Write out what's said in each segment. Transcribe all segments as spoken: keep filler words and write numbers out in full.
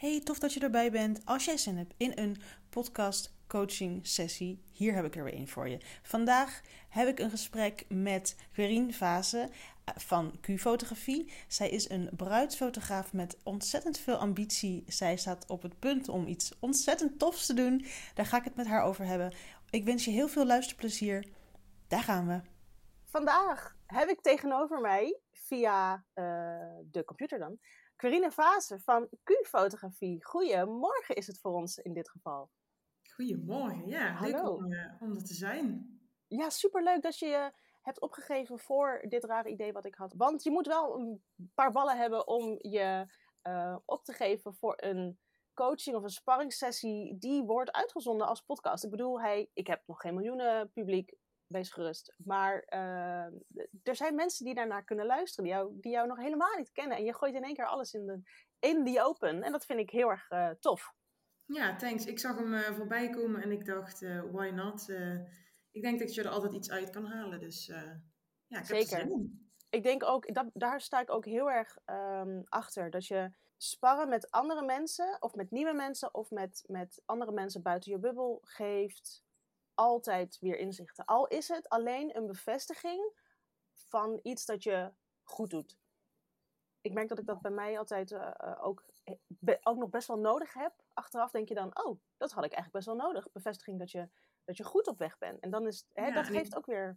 Hey, tof dat je erbij bent. Als jij zin hebt in een podcast coaching sessie, hier heb ik er weer een voor je. Vandaag heb ik een gesprek met Querine Vase van Q-fotografie. Zij is een bruidsfotograaf met ontzettend veel ambitie. Zij staat op het punt om iets ontzettend tofs te doen. Daar ga ik het met haar over hebben. Ik wens je heel veel luisterplezier. Daar gaan we. Vandaag heb ik tegenover mij, via uh, de computer dan, Querine Vase van Q-fotografie. Goedemorgen is het voor ons in dit geval. Goedemorgen, ja. Hallo. Leuk om, uh, om er te zijn. Ja, superleuk dat je je hebt opgegeven voor dit rare idee wat ik had. Want je moet wel een paar ballen hebben om je uh, op te geven voor een coaching of een sparringssessie die wordt uitgezonden als podcast. Ik bedoel, hey, ik heb nog geen miljoenen publiek. Wees gerust. Maar uh, er zijn mensen die daarnaar kunnen luisteren, die jou, die jou nog helemaal niet kennen. En je gooit in één keer alles in de, in the open. En dat vind ik heel erg uh, tof. Ja, thanks. Ik zag hem uh, voorbij komen en ik dacht, uh, why not? Uh, ik denk dat je er altijd iets uit kan halen. Dus uh, ja, ik Zeker. heb er zin in. Ik denk ook, dat, daar sta ik ook heel erg um, achter. Dat je sparren met andere mensen, of met nieuwe mensen, of met, met andere mensen buiten je bubbel geeft altijd weer inzichten. Al is het alleen een bevestiging van iets dat je goed doet. Ik merk dat ik dat bij mij altijd uh, ook, be, ook nog best wel nodig heb. Achteraf denk je dan, oh, dat had ik eigenlijk best wel nodig. Bevestiging dat je, dat je goed op weg bent. En dan is, hè, ja, dat geeft ik, ook weer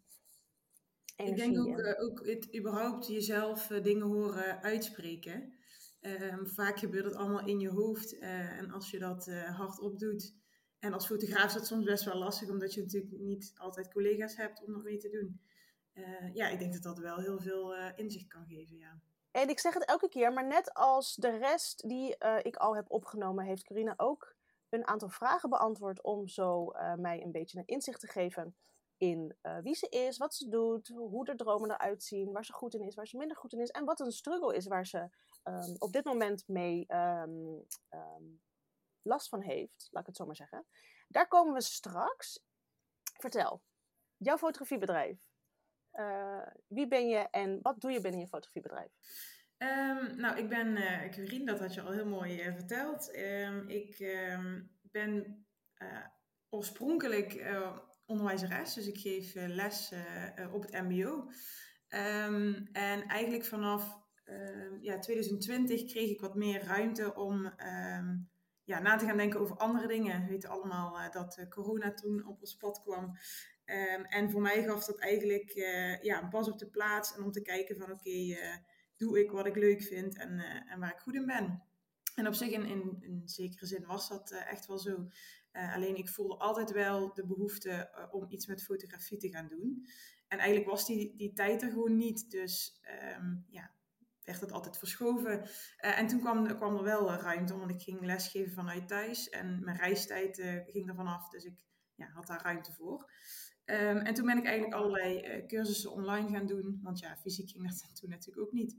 energie. Ik denk ook, uh, ook het überhaupt jezelf uh, dingen horen uitspreken. Uh, vaak gebeurt het allemaal in je hoofd. Uh, en als je dat uh, hardop doet. En als fotograaf is dat soms best wel lastig. Omdat je natuurlijk niet altijd collega's hebt om dat mee te doen. Uh, ja, ik denk dat dat wel heel veel uh, inzicht kan geven, ja. En ik zeg het elke keer, maar net als de rest die uh, ik al heb opgenomen, heeft Querine ook een aantal vragen beantwoord om zo uh, mij een beetje een inzicht te geven in uh, wie ze is, wat ze doet, hoe de dromen eruit zien, waar ze goed in is, waar ze minder goed in is en wat een struggle is waar ze um, op dit moment mee um, um, last van heeft, laat ik het zo maar zeggen. Daar komen we straks. Vertel, jouw fotografiebedrijf. Uh, wie ben je en wat doe je binnen je fotografiebedrijf? Um, nou, ik ben uh, Querine, dat had je al heel mooi uh, verteld. Um, ik um, ben uh, oorspronkelijk uh, onderwijzeres, dus ik geef uh, les uh, uh, op het mbo. Um, en eigenlijk vanaf uh, ja, twintig twintig kreeg ik wat meer ruimte om um, ja, na te gaan denken over andere dingen. We weten allemaal uh, dat uh, corona toen op ons pad kwam. Um, en voor mij gaf dat eigenlijk uh, ja, een pas op de plaats en om te kijken van oké, okay, uh, doe ik wat ik leuk vind en, uh, en waar ik goed in ben. En op zich in, in, in zekere zin was dat uh, echt wel zo. Uh, alleen ik voelde altijd wel de behoefte uh, om iets met fotografie te gaan doen. En eigenlijk was die, die tijd er gewoon niet. Dus um, ja, werd het altijd verschoven. Uh, en toen kwam, kwam er wel ruimte, want ik ging lesgeven vanuit thuis. En mijn reistijd uh, ging er vanaf, dus ik ja, had daar ruimte voor. Um, en toen ben ik eigenlijk allerlei uh, cursussen online gaan doen. Want ja, fysiek ging dat toen natuurlijk ook niet.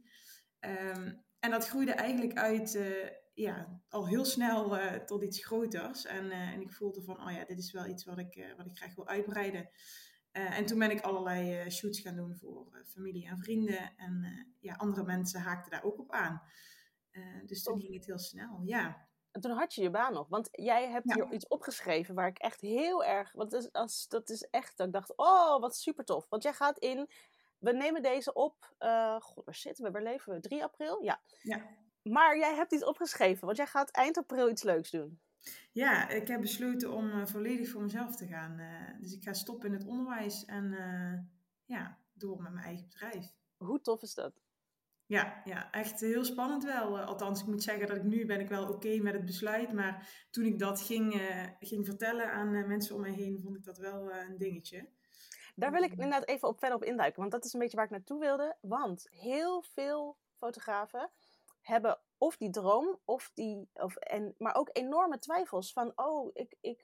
Um, en dat groeide eigenlijk uit, uh, ja, al heel snel uh, tot iets groters. En, uh, en ik voelde van, oh ja, dit is wel iets wat ik, uh, wat ik graag wil uitbreiden. Uh, en toen ben ik allerlei uh, shoots gaan doen voor uh, familie en vrienden. En uh, ja, andere mensen haakten daar ook op aan. Uh, dus toen ging het heel snel, ja. En toen had je je baan nog, want jij hebt ja. hier iets opgeschreven waar ik echt heel erg, want dat is, als, dat is echt, dat ik dacht, oh, wat super tof. Want jij gaat in, we nemen deze op, uh, god, waar zitten we, waar leven we, drie april? Ja. ja. Maar jij hebt iets opgeschreven, want jij gaat eind april iets leuks doen. Ja, ik heb besloten om uh, volledig voor mezelf te gaan. Uh, dus ik ga stoppen in het onderwijs en uh, ja, door met mijn eigen bedrijf. Hoe tof is dat? Ja, ja, echt heel spannend wel. Althans, ik moet zeggen dat ik nu ben ik wel oké okay met het besluit. Maar toen ik dat ging, uh, ging vertellen aan uh, mensen om mij heen, vond ik dat wel uh, een dingetje. Daar wil ik inderdaad even op verder op induiken. Want dat is een beetje waar ik naartoe wilde. Want heel veel fotografen hebben of die droom, of die, of, en, maar ook enorme twijfels van, oh, ik, ik,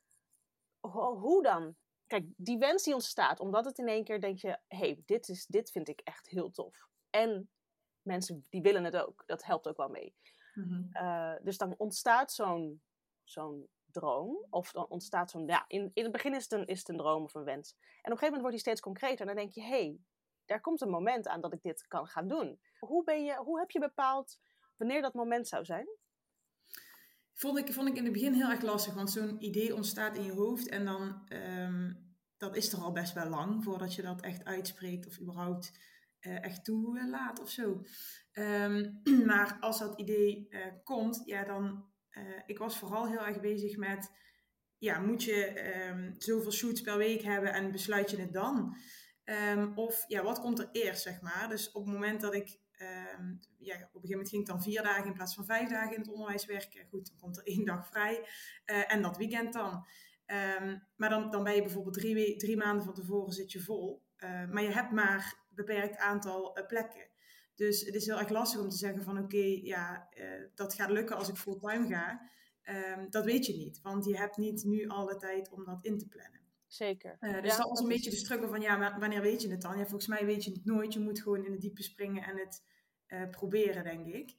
ho, hoe dan? Kijk, die wens die ontstaat, omdat het in één keer denk je, hé, hey, dit, is, dit vind ik echt heel tof. En mensen die willen het ook. Dat helpt ook wel mee. Mm-hmm. Uh, dus dan ontstaat zo'n, zo'n droom. Of dan ontstaat zo'n... Ja, in, in het begin is het, een, is het een droom of een wens. En op een gegeven moment wordt die steeds concreter. En dan denk je, hé, hey, daar komt een moment aan dat ik dit kan gaan doen. Hoe, ben je, hoe heb je bepaald wanneer dat moment zou zijn? vond ik, vond ik in het begin heel erg lastig. Want zo'n idee ontstaat in je hoofd. En dan, um, dat is er al best wel lang voordat je dat echt uitspreekt. Of überhaupt uh, echt toelaat uh, of zo. Um, maar als dat idee uh, komt, ja dan... Uh, ik was vooral heel erg bezig met... Ja, moet je um, zoveel shoots per week hebben en besluit je het dan? Um, of ja, wat komt er eerst, zeg maar? Dus op het moment dat ik... Um, ja, op een gegeven moment ging ik dan vier dagen in plaats van vijf dagen in het onderwijs werken. Goed, dan komt er één dag vrij. Uh, en dat weekend dan. Um, maar dan, dan ben je bijvoorbeeld drie, drie maanden van tevoren zit je vol. Uh, maar je hebt maar een beperkt aantal uh, plekken. Dus het is heel erg lastig om te zeggen van oké, okay, ja, uh, dat gaat lukken als ik fulltime ga. Um, dat weet je niet, want je hebt niet nu alle tijd om dat in te plannen. Zeker. Uh, dus ja, dat was een dat beetje is... de struggle van ja, wanneer weet je het dan? Ja, volgens mij weet je het nooit. Je moet gewoon in het diepe springen en het uh, proberen, denk ik.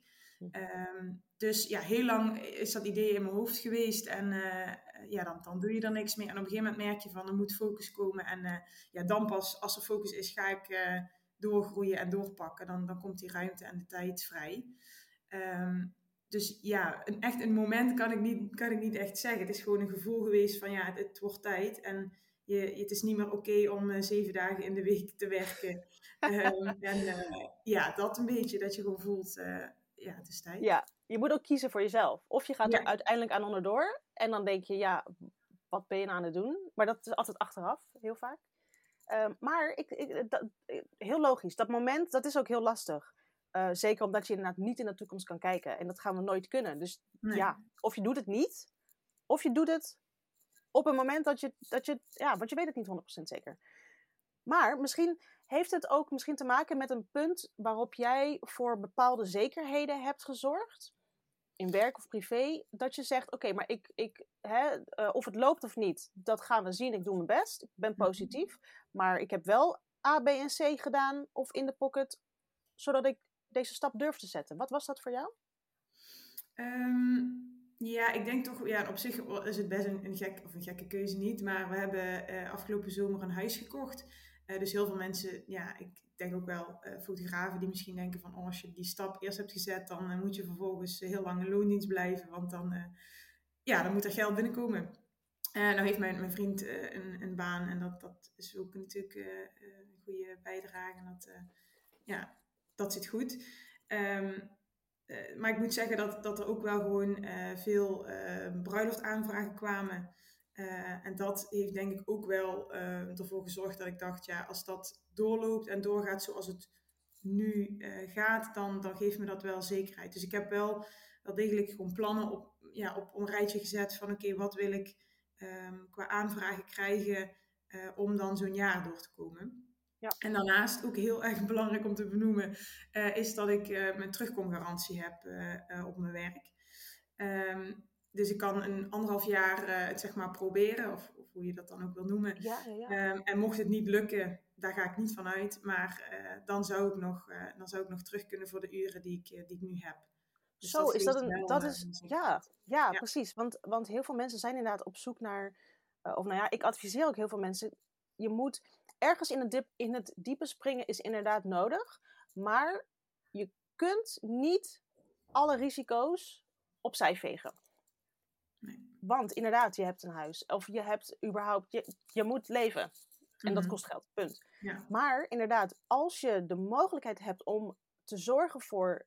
Um, dus ja, heel lang is dat idee in mijn hoofd geweest en uh, ja, dan, dan doe je er niks mee. En op een gegeven moment merk je van er moet focus komen en uh, ja, dan pas als er focus is ga ik uh, doorgroeien en doorpakken. Dan, dan komt die ruimte en de tijd vrij. Um, Dus ja, een, echt een moment kan ik, niet, kan ik niet echt zeggen. Het is gewoon een gevoel geweest van ja, het, het wordt tijd. En je, het is niet meer oké okay om uh, zeven dagen in de week te werken. um, en uh, ja, dat een beetje, dat je gewoon voelt, uh, ja, het is tijd. Ja, je moet ook kiezen voor jezelf. Of je gaat ja. er uiteindelijk aan onderdoor. En dan denk je, ja, wat ben je nou aan het doen? Maar dat is altijd achteraf, heel vaak. Um, maar ik, ik, dat, heel logisch, dat moment, dat is ook heel lastig. Uh, zeker omdat je inderdaad niet in de toekomst kan kijken. En dat gaan we nooit kunnen. Dus nee. ja, of je doet het niet. Of je doet het op een moment dat je... Dat je ja, want je weet het niet honderd procent zeker. Maar misschien heeft het ook misschien te maken met een punt... waarop jij voor bepaalde zekerheden hebt gezorgd. In werk of privé. Dat je zegt, oké, okay, maar ik... ik hè, uh, of het loopt of niet, dat gaan we zien. Ik doe mijn best. Ik ben positief. Maar ik heb wel A, B en C gedaan. Of in de pocket. Zodat ik deze stap durf te zetten. Wat was dat voor jou? Um, ja, ik denk toch, ja, op zich is het best een, een, gek, of een gekke keuze niet, maar we hebben uh, afgelopen zomer een huis gekocht. Uh, dus heel veel mensen, ja, ik denk ook wel uh, fotografen die misschien denken van, oh, als je die stap eerst hebt gezet, dan uh, moet je vervolgens uh, heel lang in loondienst blijven, want dan, uh, ja, dan moet er geld binnenkomen. Uh, nou heeft mijn, mijn vriend uh, een, een baan en dat, dat is ook natuurlijk uh, een goede bijdrage en dat, uh, ja, dat zit goed. Um, uh, maar ik moet zeggen dat, dat er ook wel gewoon uh, veel uh, bruiloftaanvragen kwamen. Uh, en dat heeft denk ik ook wel uh, ervoor gezorgd dat ik dacht, ja, als dat doorloopt en doorgaat zoals het nu uh, gaat, dan, dan geeft me dat wel zekerheid. Dus ik heb wel, wel degelijk gewoon plannen op, ja, op een rijtje gezet van oké, okay, wat wil ik um, qua aanvragen krijgen uh, om dan zo'n jaar door te komen. Ja. En daarnaast, ook heel erg belangrijk om te benoemen, uh, is dat ik uh, mijn terugkomgarantie heb uh, uh, op mijn werk. Um, dus ik kan een anderhalf jaar uh, het zeg maar proberen, of, of hoe je dat dan ook wil noemen. Ja, ja, ja. Um, en mocht het niet lukken, daar ga ik niet van uit. Maar uh, dan, zou ik nog, uh, dan zou ik nog terug kunnen voor de uren die ik, uh, die ik nu heb. Dus Zo, dat is dat een... Wel, dat is, uh, ja, ja, ja, precies. Want, want heel veel mensen zijn inderdaad op zoek naar... Uh, of nou ja, ik adviseer ook heel veel mensen... Je moet... Ergens in het, dip, in het diepe springen is inderdaad nodig. Maar je kunt niet alle risico's opzij vegen. Nee. Want inderdaad, je hebt een huis. Of je hebt überhaupt... Je, je moet leven. En mm-hmm. dat kost geld, punt. Ja. Maar inderdaad, als je de mogelijkheid hebt om te zorgen voor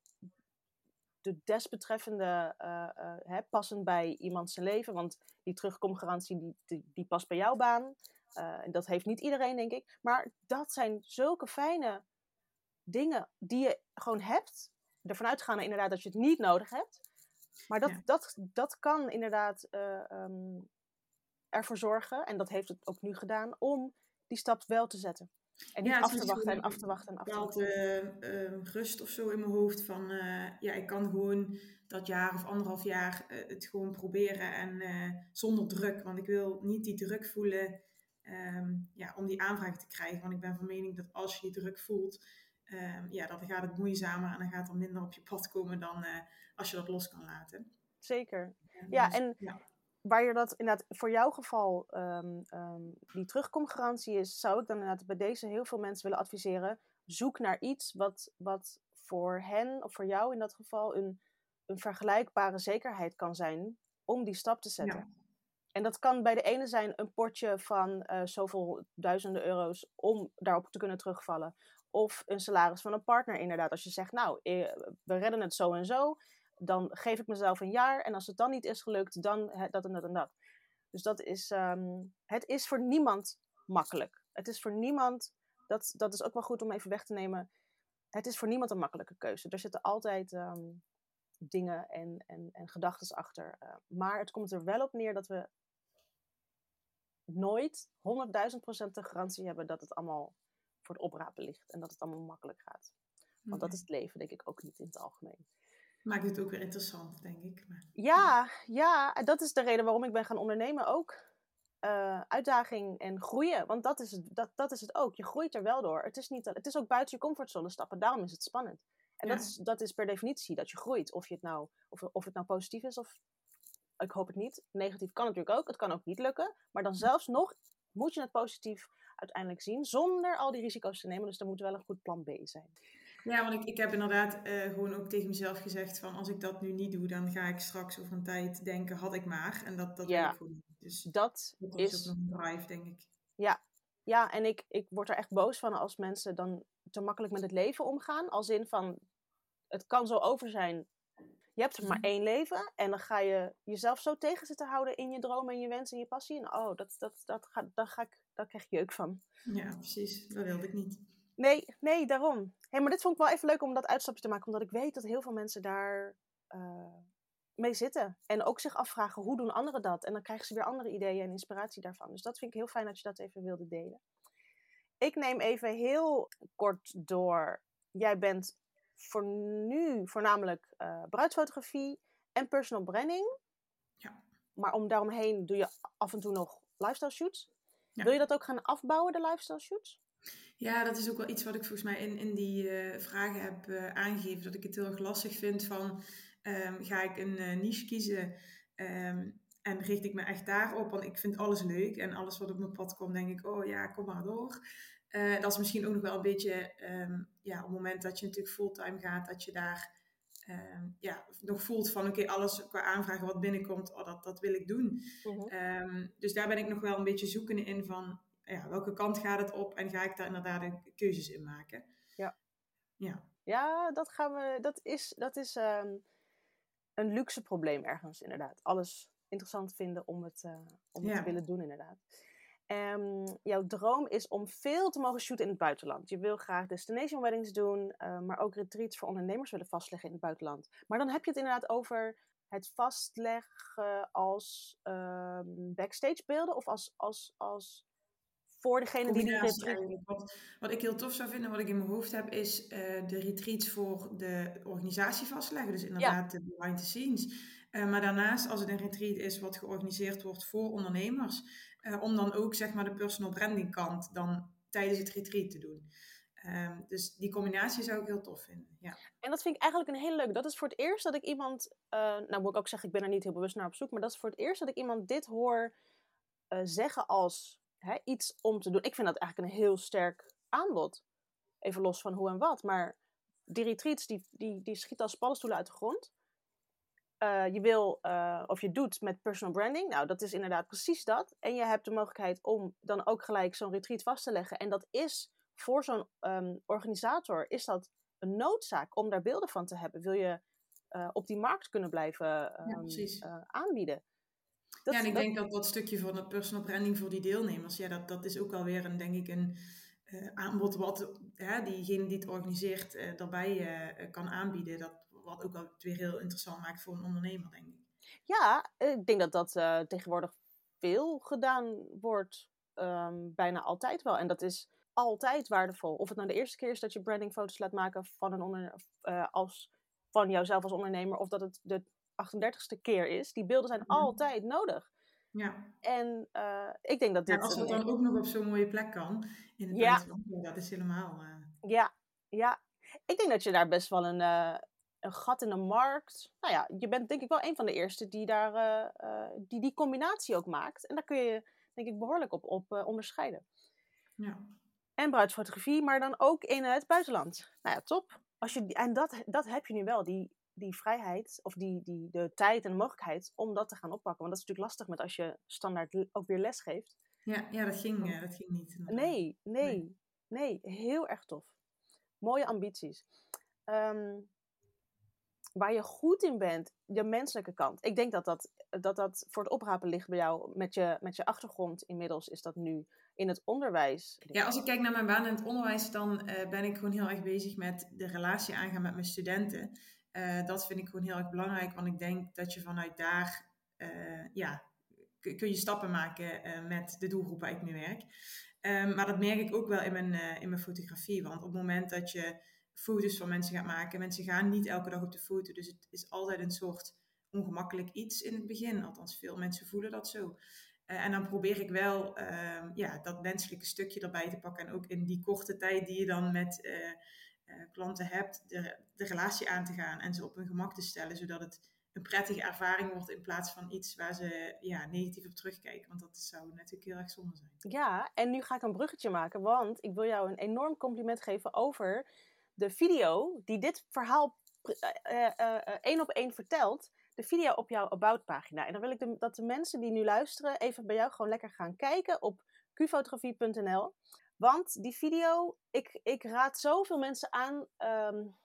de desbetreffende, uh, uh, hè, passend bij iemand zijn leven. Want die terugkomgarantie, die, die, die past bij jouw baan. Uh, en dat heeft niet iedereen, denk ik. Maar dat zijn zulke fijne dingen die je gewoon hebt. Ervan uitgaande inderdaad dat je het niet nodig hebt. Maar dat, ja. dat, dat kan inderdaad uh, um, ervoor zorgen, en dat heeft het ook nu gedaan, om die stap wel te zetten. En niet ja, af te wachten en af te wachten en af te wachten. Uh, uh, rust of zo in mijn hoofd van, uh, ja, ik kan gewoon dat jaar of anderhalf jaar uh, het gewoon proberen en uh, zonder druk. Want ik wil niet die druk voelen um, ja, om die aanvraag te krijgen. Want ik ben van mening dat als je die druk voelt, um, ja, dan gaat het moeizamer en dan gaat er minder op je pad komen dan uh, als je dat los kan laten. Zeker. Uh, ja, dus, en... Ja. Waar je dat inderdaad voor jouw geval um, um, die terugkomgarantie is, zou ik dan inderdaad bij deze heel veel mensen willen adviseren. Zoek naar iets wat, wat voor hen of voor jou in dat geval een, een vergelijkbare zekerheid kan zijn om die stap te zetten. Ja. En dat kan bij de ene zijn een potje van uh, zoveel duizenden euro's om daarop te kunnen terugvallen. Of een salaris van een partner inderdaad. Als je zegt, nou, we redden het zo en zo, dan geef ik mezelf een jaar. En als het dan niet is gelukt, dan dat en dat en dat. Dus dat is, um, het is voor niemand makkelijk. Het is voor niemand, dat, dat is ook wel goed om even weg te nemen. Het is voor niemand een makkelijke keuze. Er zitten altijd um, dingen en, en, en gedachten achter. Uh, maar het komt er wel op neer dat we nooit honderdduizend procent de garantie hebben dat het allemaal voor het oprapen ligt. En dat het allemaal makkelijk gaat. Want Okay. dat is het leven, denk ik, ook niet in het algemeen. Maakt het ook weer interessant, denk ik. Maar... Ja, ja, dat is de reden waarom ik ben gaan ondernemen ook. Uh, uitdaging en groeien. Want dat is, het, dat, dat is het ook. Je groeit er wel door. Het is, niet, het is ook buiten je comfortzone stappen. Daarom is het spannend. En ja. dat, is, dat is per definitie dat je groeit. Of, je het nou, of, of het nou positief is of... Ik hoop het niet. Negatief kan natuurlijk ook. Het kan ook niet lukken. Maar dan zelfs nog moet je het positief uiteindelijk zien. Zonder al die risico's te nemen. Dus er moet wel een goed plan B zijn. Ja, want ik, ik heb inderdaad uh, gewoon ook tegen mezelf gezegd van als ik dat nu niet doe, dan ga ik straks over een tijd denken, had ik maar. En dat, dat ja, wil ik gewoon niet. Dus dat, dat is ook nog een drive, denk ik. Ja, ja en ik, ik word er echt boos van als mensen dan te makkelijk met het leven omgaan. Als in van, het kan zo over zijn. Je hebt er maar één leven en dan ga je jezelf zo tegen zitten houden in je dromen en je wensen en je passie. En oh, dat, dat, dat ga, daar, ga ik, daar krijg je jeuk van. Ja, precies. Dat wilde ik niet. Nee, nee, daarom. Hey, maar dit vond ik wel even leuk om dat uitstapje te maken. Omdat ik weet dat heel veel mensen daar uh, mee zitten. En ook zich afvragen, hoe doen anderen dat? En dan krijgen ze weer andere ideeën en inspiratie daarvan. Dus dat vind ik heel fijn dat je dat even wilde delen. Ik neem even heel kort door. Jij bent voor nu voornamelijk uh, bruidsfotografie en personal branding. Ja. Maar om daaromheen doe je af en toe nog lifestyle shoots. Ja. Wil je dat ook gaan afbouwen, de lifestyle shoots? Ja, dat is ook wel iets wat ik volgens mij in, in die uh, vragen heb uh, aangegeven. Dat ik het heel erg lastig vind van, um, ga ik een uh, niche kiezen um, en richt ik me echt daarop? Want ik vind alles leuk en alles wat op mijn pad komt, denk ik, oh ja, kom maar door. Uh, dat is misschien ook nog wel een beetje, um, ja, op het moment dat je natuurlijk fulltime gaat, dat je daar um, ja, nog voelt van, oké, okay, alles qua aanvragen wat binnenkomt, oh, dat, dat wil ik doen. Uh-huh. Um, dus daar ben ik nog wel een beetje zoekende in van, ja, welke kant gaat het op en ga ik daar inderdaad de keuzes in maken? Ja, ja. ja dat, gaan we, dat is, dat is um, een luxe probleem ergens inderdaad. Alles interessant vinden om het, uh, om het ja. te willen doen inderdaad. Um, jouw droom is om veel te mogen shooten in het buitenland. Je wil graag destination weddings doen, uh, maar ook retreats voor ondernemers willen vastleggen in het buitenland. Maar dan heb je het inderdaad over het vastleggen als um, backstage beelden of als... als, als voor degene die die retreat... Wat, wat ik heel tof zou vinden, wat ik in mijn hoofd heb, is uh, de retreats voor de organisatie vastleggen. Dus inderdaad ja. de behind the scenes. Uh, maar daarnaast, als het een retreat is wat georganiseerd wordt voor ondernemers, uh, om dan ook zeg maar de personal branding kant dan tijdens het retreat te doen. Um, dus die combinatie zou ik heel tof vinden. Ja. En dat vind ik eigenlijk een hele leuke. Dat is voor het eerst dat ik iemand... Uh, nou moet ik ook zeggen, ik ben er niet heel bewust naar op zoek, maar dat is voor het eerst dat ik iemand dit hoor uh, zeggen als... He, iets om te doen. Ik vind dat eigenlijk een heel sterk aanbod. Even los van hoe en wat. Maar die retreats, die, die, die schieten als paddenstoelen uit de grond. Uh, je wil, uh, of je doet met personal branding. Nou, dat is inderdaad precies dat. En je hebt de mogelijkheid om dan ook gelijk zo'n retreat vast te leggen. En dat is voor zo'n um, organisator, is dat een noodzaak om daar beelden van te hebben. Wil je uh, op die markt kunnen blijven um, ja, uh, aanbieden. Dat, ja, en ik dat... denk dat dat stukje van de personal branding voor die deelnemers, ja, dat, dat is ook alweer een, denk ik, een uh, aanbod wat hè, diegene die het organiseert uh, daarbij uh, kan aanbieden. Dat, wat ook wel weer heel interessant maakt voor een ondernemer, denk ik. Ja, ik denk dat dat uh, tegenwoordig veel gedaan wordt. Um, bijna altijd wel. En dat is altijd waardevol. Of het nou de eerste keer is dat je brandingfoto's laat maken van, een onder, uh, als, van jouzelf als ondernemer, of dat het de achtendertigste keer is. Die beelden zijn mm-hmm. altijd nodig. Ja. En uh, ik denk dat dit... Ja, als het dan een... ook nog op zo'n mooie plek kan, in het ja. buitenland, dat is helemaal... Uh... Ja, ja. Ik denk dat je daar best wel een, uh, een gat in de markt... Nou ja, je bent denk ik wel een van de eerste die daar, uh, uh, die, die combinatie ook maakt. En daar kun je, denk ik, behoorlijk op, op uh, onderscheiden. Ja. En bruidsfotografie, maar dan ook in het buitenland. Nou ja, top. Als je, en dat, dat heb je nu wel, die die vrijheid of die, die, de tijd en de mogelijkheid om dat te gaan oppakken. Want dat is natuurlijk lastig met als je standaard ook weer les geeft. Ja, ja dat, ging, uh, dat ging niet. Inderdaad. Nee, nee, nee, nee, heel erg tof. Mooie ambities. Um, waar je goed in bent, je menselijke kant. Ik denk dat dat, dat, dat voor het oprapen ligt bij jou. Met je, met je achtergrond inmiddels is dat nu in het onderwijs. Ja, als ik kijk naar mijn baan in het onderwijs, dan uh, ben ik gewoon heel erg bezig met de relatie aangaan met mijn studenten. Uh, dat vind ik gewoon heel erg belangrijk, want ik denk dat je vanuit daar, uh, ja, k- kun je stappen maken uh, met de doelgroep waar ik mee werk. Um, maar dat merk ik ook wel in mijn, uh, in mijn fotografie, want op het moment dat je foto's van mensen gaat maken, mensen gaan niet elke dag op de foto, dus het is altijd een soort ongemakkelijk iets in het begin. Althans, veel mensen voelen dat zo. Uh, en dan probeer ik wel uh, ja, dat menselijke stukje erbij te pakken. En ook in die korte tijd die je dan met uh, uh, klanten hebt, de, de relatie aan te gaan en ze op hun gemak te stellen, zodat het een prettige ervaring wordt in plaats van iets waar ze ja, negatief op terugkijken. Want dat zou natuurlijk heel erg zonde zijn. Ja, en nu ga ik een bruggetje maken, want ik wil jou een enorm compliment geven over de video die dit verhaal uh, uh, uh, één op één vertelt. De video op jouw About pagina. En dan wil ik de, dat de mensen die nu luisteren even bij jou gewoon lekker gaan kijken op q fotografie punt n l. Want die video, ik, ik raad zoveel mensen aan. Um,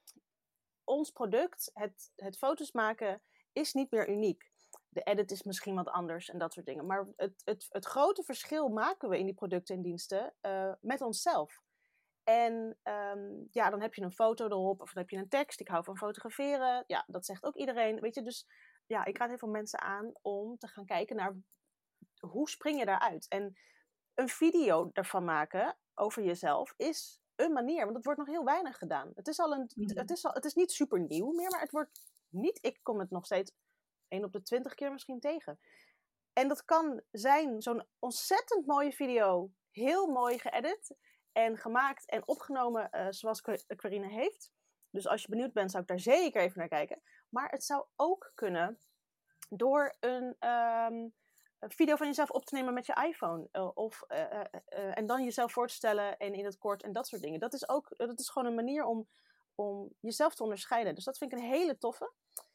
ons product, het, het foto's maken, is niet meer uniek. De edit is misschien wat anders en dat soort dingen. Maar het, het, het grote verschil maken we in die producten en diensten uh, met onszelf. En um, ja, dan heb je een foto erop of dan heb je een tekst. Ik hou van fotograferen. Ja, dat zegt ook iedereen. Weet je, dus ja, ik raad heel veel mensen aan om te gaan kijken naar hoe spring je daaruit. En een video ervan maken over jezelf is een manier. Want het wordt nog heel weinig gedaan. Het is, al een, Mm-hmm. het is, al, het is niet super nieuw meer, maar het wordt niet... Ik kom het nog steeds één op de twintig keer misschien tegen. En dat kan zijn zo'n ontzettend mooie video. Heel mooi geëdit en gemaakt en opgenomen uh, zoals Quarine heeft. Dus als je benieuwd bent, zou ik daar zeker even naar kijken. Maar het zou ook kunnen door een, um, een video van jezelf op te nemen met je iPhone. Uh, of, uh, uh, uh, en dan jezelf voor te stellen en in het kort en dat soort dingen. Dat is ook dat is gewoon een manier om, om jezelf te onderscheiden. Dus dat vind ik een hele toffe.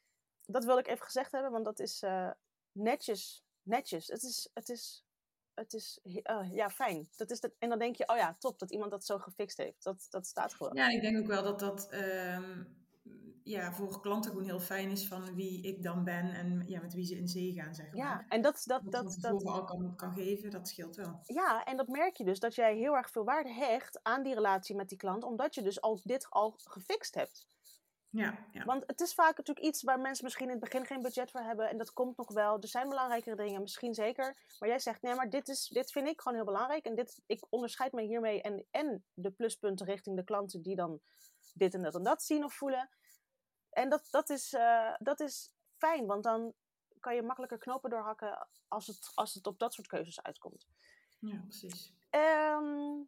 Dat wil ik even gezegd hebben, want dat is uh, netjes. Netjes. Het is... Het is Het is, uh, ja, fijn. Dat is dat, en dan denk je, oh ja, top, dat iemand dat zo gefixt heeft. Dat, dat staat gewoon. Ja, ik denk ook wel dat dat um, ja, voor klanten gewoon heel fijn is van wie ik dan ben en ja, met wie ze in zee gaan, zeg maar. Ja, en dat... dat, dat, dat, dat, dat al kan, kan geven, dat scheelt wel. Ja, en dat merk je dus, dat jij heel erg veel waarde hecht aan die relatie met die klant, omdat je dus al dit al gefixt hebt. Ja, ja. Want het is vaak natuurlijk iets waar mensen misschien in het begin geen budget voor hebben. En dat komt nog wel. Er zijn belangrijkere dingen, misschien zeker. Maar jij zegt, nee, maar dit, is, dit vind ik gewoon heel belangrijk. En dit, ik onderscheid me hiermee. En, en de pluspunten richting de klanten die dan dit en dat en dat zien of voelen. En dat, dat, is, uh, dat is fijn, want dan kan je makkelijker knopen doorhakken als het, als het op dat soort keuzes uitkomt. Ja, precies. Um,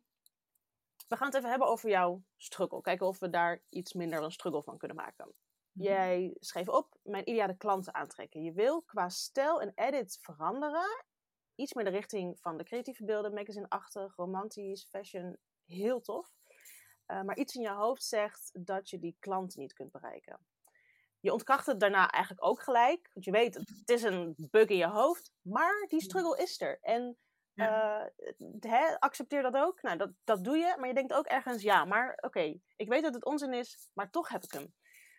We gaan het even hebben over jouw struggle. Kijken of we daar iets minder een struggle van kunnen maken. Mm-hmm. Jij schreef op, mijn ideale klanten aantrekken. Je wil qua stijl en edit veranderen. Iets meer de richting van de creatieve beelden, magazine-achtig, romantisch, fashion. Heel tof. Uh, maar iets in je hoofd zegt dat je die klanten niet kunt bereiken. Je ontkracht het daarna eigenlijk ook gelijk. Want je weet, het is een bug in je hoofd. Maar die struggle is er. En... Ja. Uh, he, accepteer dat ook. Nou, dat, dat doe je. Maar je denkt ook ergens, ja, maar oké. Okay, ik weet dat het onzin is, maar toch heb ik hem.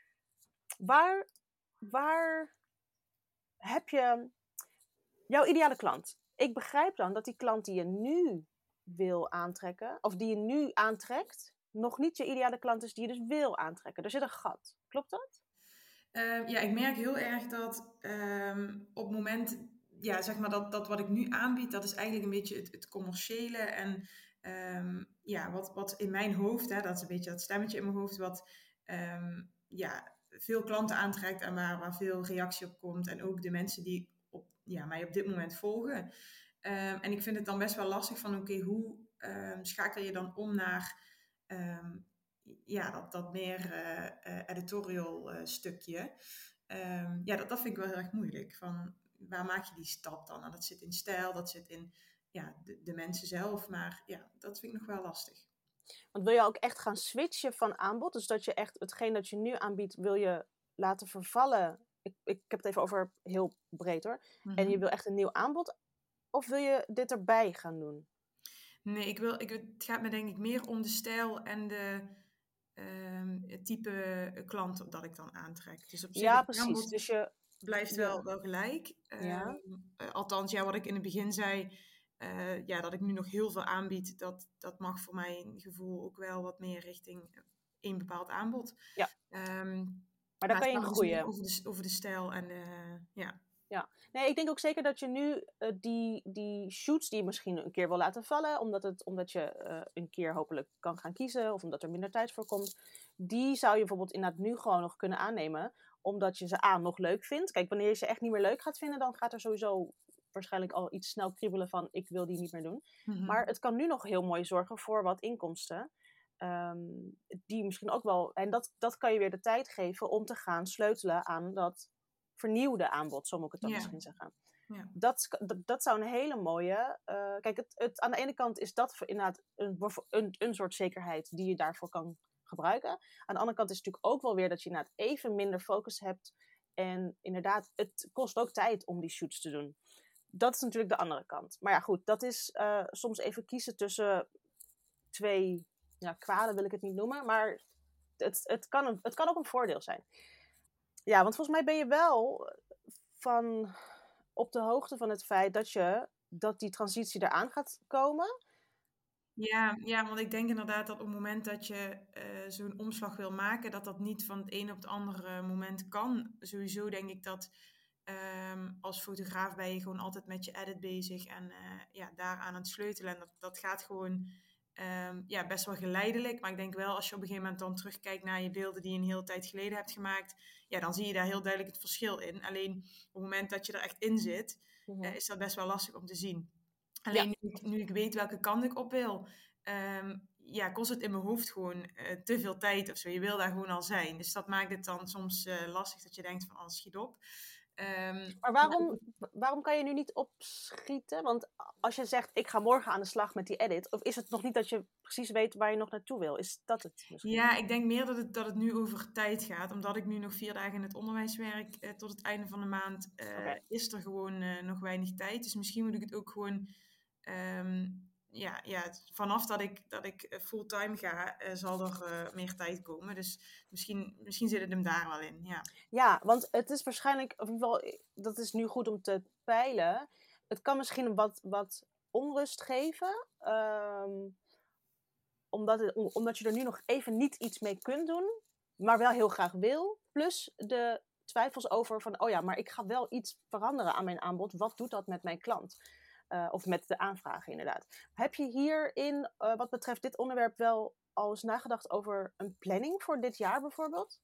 Waar, waar heb je jouw ideale klant? Ik begrijp dan dat die klant die je nu wil aantrekken, of die je nu aantrekt, nog niet je ideale klant is die je dus wil aantrekken. Er zit een gat. Klopt dat? Uh, ja, ik merk heel erg dat um, op het moment... Ja, zeg maar dat, dat wat ik nu aanbied, dat is eigenlijk een beetje het, het commerciële en um, ja, wat, wat in mijn hoofd, hè, dat is een beetje dat stemmetje in mijn hoofd, wat um, ja, veel klanten aantrekt en waar, waar veel reactie op komt en ook de mensen die op, ja, mij op dit moment volgen. Um, en ik vind het dan best wel lastig van, oké, okay, hoe um, schakel je dan om naar um, ja, dat, dat meer uh, uh, editorial uh, stukje. Um, ja, dat, dat vind ik wel heel erg moeilijk, van... Waar maak je die stap dan? Nou, dat zit in stijl, dat zit in ja, de, de mensen zelf. Maar ja, dat vind ik nog wel lastig. Want wil je ook echt gaan switchen van aanbod? Dus dat je echt hetgeen dat je nu aanbiedt, wil je laten vervallen. Ik, ik heb het even over heel breed hoor. Mm-hmm. En je wil echt een nieuw aanbod. Of wil je dit erbij gaan doen? Nee, ik wil, ik, het gaat me denk ik meer om de stijl en de um, het type klant dat ik dan aantrek. Dus op zich Ja, het precies. aanbod Dus je blijft ja. wel, wel gelijk. Ja. Um, uh, althans, ja, wat ik in het begin zei, uh, ja, dat ik nu nog heel veel aanbied, dat, dat mag voor mijn gevoel ook wel wat meer richting één bepaald aanbod. Ja. Um, maar daar kan je in dus groeien. Over de, over de stijl en de, ja. Ja, nee, ik denk ook zeker dat je nu uh, die, die shoots die je misschien een keer wil laten vallen, omdat, het, omdat je uh, een keer hopelijk kan gaan kiezen of omdat er minder tijd voor komt, die zou je bijvoorbeeld inderdaad nu gewoon nog kunnen aannemen, omdat je ze A, nog leuk vindt. Kijk, wanneer je ze echt niet meer leuk gaat vinden, dan gaat er sowieso waarschijnlijk al iets snel kriebelen van ik wil die niet meer doen. Mm-hmm. Maar het kan nu nog heel mooi zorgen voor wat inkomsten. Um, die misschien ook wel, en dat, dat kan je weer de tijd geven om te gaan sleutelen aan dat vernieuwde aanbod, zo moet ik het dan ja. misschien zeggen. Ja. Dat, dat, dat zou een hele mooie... Uh, kijk, het, het, aan de ene kant is dat inderdaad een, een, een soort zekerheid die je daarvoor kan gebruiken. Aan de andere kant is het natuurlijk ook wel weer dat je inderdaad even minder focus hebt. En inderdaad, het kost ook tijd om die shoots te doen. Dat is natuurlijk de andere kant. Maar ja, goed, dat is uh, soms even kiezen tussen twee ja, kwaden, wil ik het niet noemen. Maar het, het, kan een, het kan ook een voordeel zijn. Ja, want volgens mij ben je wel van op de hoogte van het feit dat, je, dat die transitie eraan gaat komen. Ja, ja, want ik denk inderdaad dat op het moment dat je uh, zo'n omslag wil maken, dat dat niet van het ene op het andere moment kan. Sowieso denk ik dat um, als fotograaf ben je gewoon altijd met je edit bezig en uh, ja, daar aan het sleutelen. En dat, dat gaat gewoon um, ja, best wel geleidelijk. Maar ik denk wel, als je op een gegeven moment dan terugkijkt naar je beelden die je een hele tijd geleden hebt gemaakt, ja, dan zie je daar heel duidelijk het verschil in. Alleen op het moment dat je er echt in zit, mm-hmm. uh, is dat best wel lastig om te zien. Alleen ja. nu, ik, nu ik weet welke kant ik op wil, um, ja, kost het in mijn hoofd gewoon uh, te veel tijd of zo. Je wil daar gewoon al zijn. Dus dat maakt het dan soms uh, lastig dat je denkt van, oh, schiet op. Um, maar waarom, maar... waarom kan je nu niet opschieten? Want als je zegt, ik ga morgen aan de slag met die edit, of is het nog niet dat je precies weet waar je nog naartoe wil? Is dat het misschien? Ja, ik denk meer dat het, dat het nu over tijd gaat. Omdat ik nu nog vier dagen in het onderwijs werk, uh, tot het einde van de maand uh, okay. is er gewoon uh, nog weinig tijd. Dus misschien moet ik het ook gewoon... Um, ja, ja, vanaf dat ik, dat ik fulltime ga, uh, zal er uh, meer tijd komen. Dus misschien, misschien zit het hem daar wel in, ja. Ja, want het is waarschijnlijk, of in ieder geval, dat is nu goed om te peilen. Het kan misschien wat, wat onrust geven. Um, omdat, het, omdat je er nu nog even niet iets mee kunt doen, maar wel heel graag wil. Plus de twijfels over van, oh ja, maar ik ga wel iets veranderen aan mijn aanbod. Wat doet dat met mijn klant? Uh, of met de aanvragen inderdaad. Heb je hierin, uh, wat betreft dit onderwerp, wel al eens nagedacht over een planning voor dit jaar bijvoorbeeld?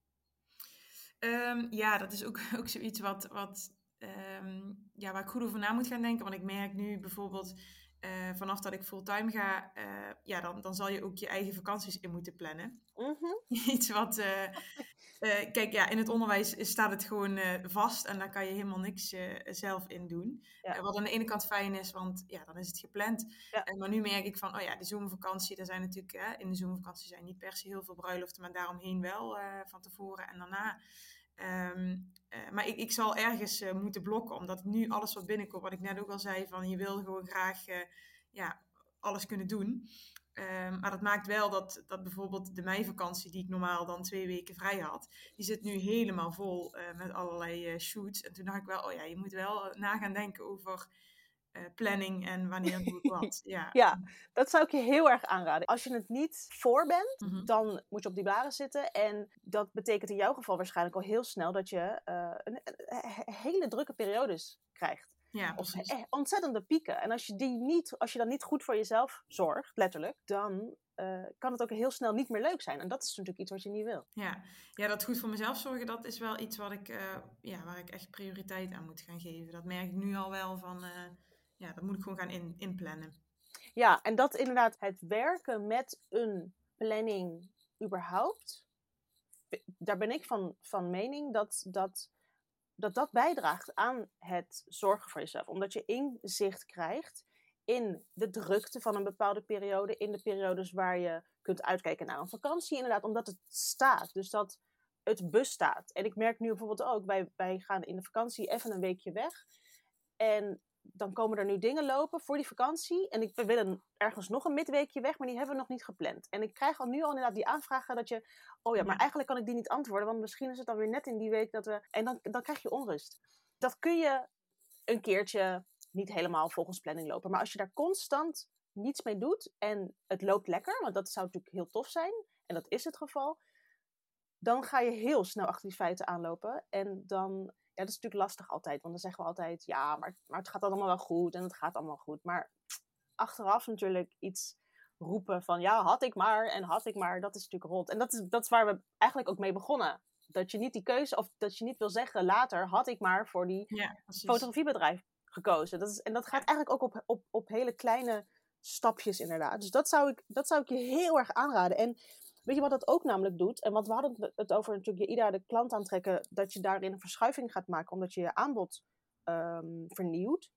Um, ja, dat is ook, ook zoiets wat, wat, um, ja, waar ik goed over na moet gaan denken. Want ik merk nu bijvoorbeeld, uh, vanaf dat ik fulltime ga, uh, ja, dan, dan zal je ook je eigen vakanties in moeten plannen. Mm-hmm. Iets wat... Uh, Uh, kijk, ja, in het onderwijs staat het gewoon uh, vast en daar kan je helemaal niks uh, zelf in doen. Ja. Uh, wat aan de ene kant fijn is, want ja, dan is het gepland. Ja. Uh, maar nu merk ik van, oh ja, de zomervakantie, er zijn natuurlijk, uh, in de zomervakantie zijn niet per se heel veel bruiloften, maar daaromheen wel uh, van tevoren en daarna. Um, uh, maar ik, ik zal ergens uh, moeten blokken, omdat nu alles wat binnenkomt, wat ik net ook al zei, van je wil gewoon graag uh, ja, alles kunnen doen. Um, maar dat maakt wel dat, dat bijvoorbeeld de meivakantie, die ik normaal dan twee weken vrij had, die zit nu helemaal vol uh, met allerlei uh, shoots. En toen dacht ik wel, oh ja, je moet wel na gaan denken over uh, planning en wanneer doe ik wat. Ja. Ja, dat zou ik je heel erg aanraden. Als je het niet voor bent, mm-hmm. dan moet je op die blaren zitten. En dat betekent in jouw geval waarschijnlijk al heel snel dat je uh, een, een hele drukke periodes krijgt. Ja, of ontzettende pieken. En als je, die niet, als je dan niet goed voor jezelf zorgt, letterlijk, dan uh, kan het ook heel snel niet meer leuk zijn. En dat is natuurlijk iets wat je niet wil. Ja, ja, dat goed voor mezelf zorgen, dat is wel iets wat ik, uh, ja, waar ik echt prioriteit aan moet gaan geven. Dat merk ik nu al wel van, uh, ja, dat moet ik gewoon gaan in, inplannen. Ja, en dat inderdaad het werken met een planning überhaupt, daar ben ik van, van mening dat dat... dat dat bijdraagt aan het zorgen voor jezelf. Omdat je inzicht krijgt in de drukte van een bepaalde periode. In de periodes waar je kunt uitkijken naar een vakantie. Inderdaad, omdat het staat. Dus dat het bestaat. En ik merk nu bijvoorbeeld ook, wij, wij gaan in de vakantie even een weekje weg. En dan komen er nu dingen lopen voor die vakantie. En ik, we willen ergens nog een midweekje weg, maar die hebben we nog niet gepland. En ik krijg al nu al inderdaad die aanvragen dat je... Oh ja, maar eigenlijk kan ik die niet antwoorden, want misschien is het dan weer net in die week dat we... En dan, dan krijg je onrust. Dat kun je een keertje niet helemaal volgens planning lopen. Maar als je daar constant niets mee doet en het loopt lekker, want dat zou natuurlijk heel tof zijn, en dat is het geval, dan ga je heel snel achter die feiten aanlopen. En dan, ja, dat is natuurlijk lastig altijd, want dan zeggen we altijd, ja, maar, maar het gaat allemaal wel goed en het gaat allemaal goed. Maar achteraf natuurlijk iets roepen van, ja, had ik maar en had ik maar, dat is natuurlijk rot. En dat is, dat is waar we eigenlijk ook mee begonnen. Dat je niet die keuze, of dat je niet wil zeggen later, had ik maar voor die ja, fotografiebedrijf gekozen. Dat is, en dat gaat eigenlijk ook op, op, op hele kleine stapjes inderdaad. Dus dat zou ik, dat zou ik je heel erg aanraden. En weet je wat dat ook namelijk doet? En want we hadden het over natuurlijk je ideale klant aantrekken, dat je daarin een verschuiving gaat maken, omdat je je aanbod um, vernieuwt.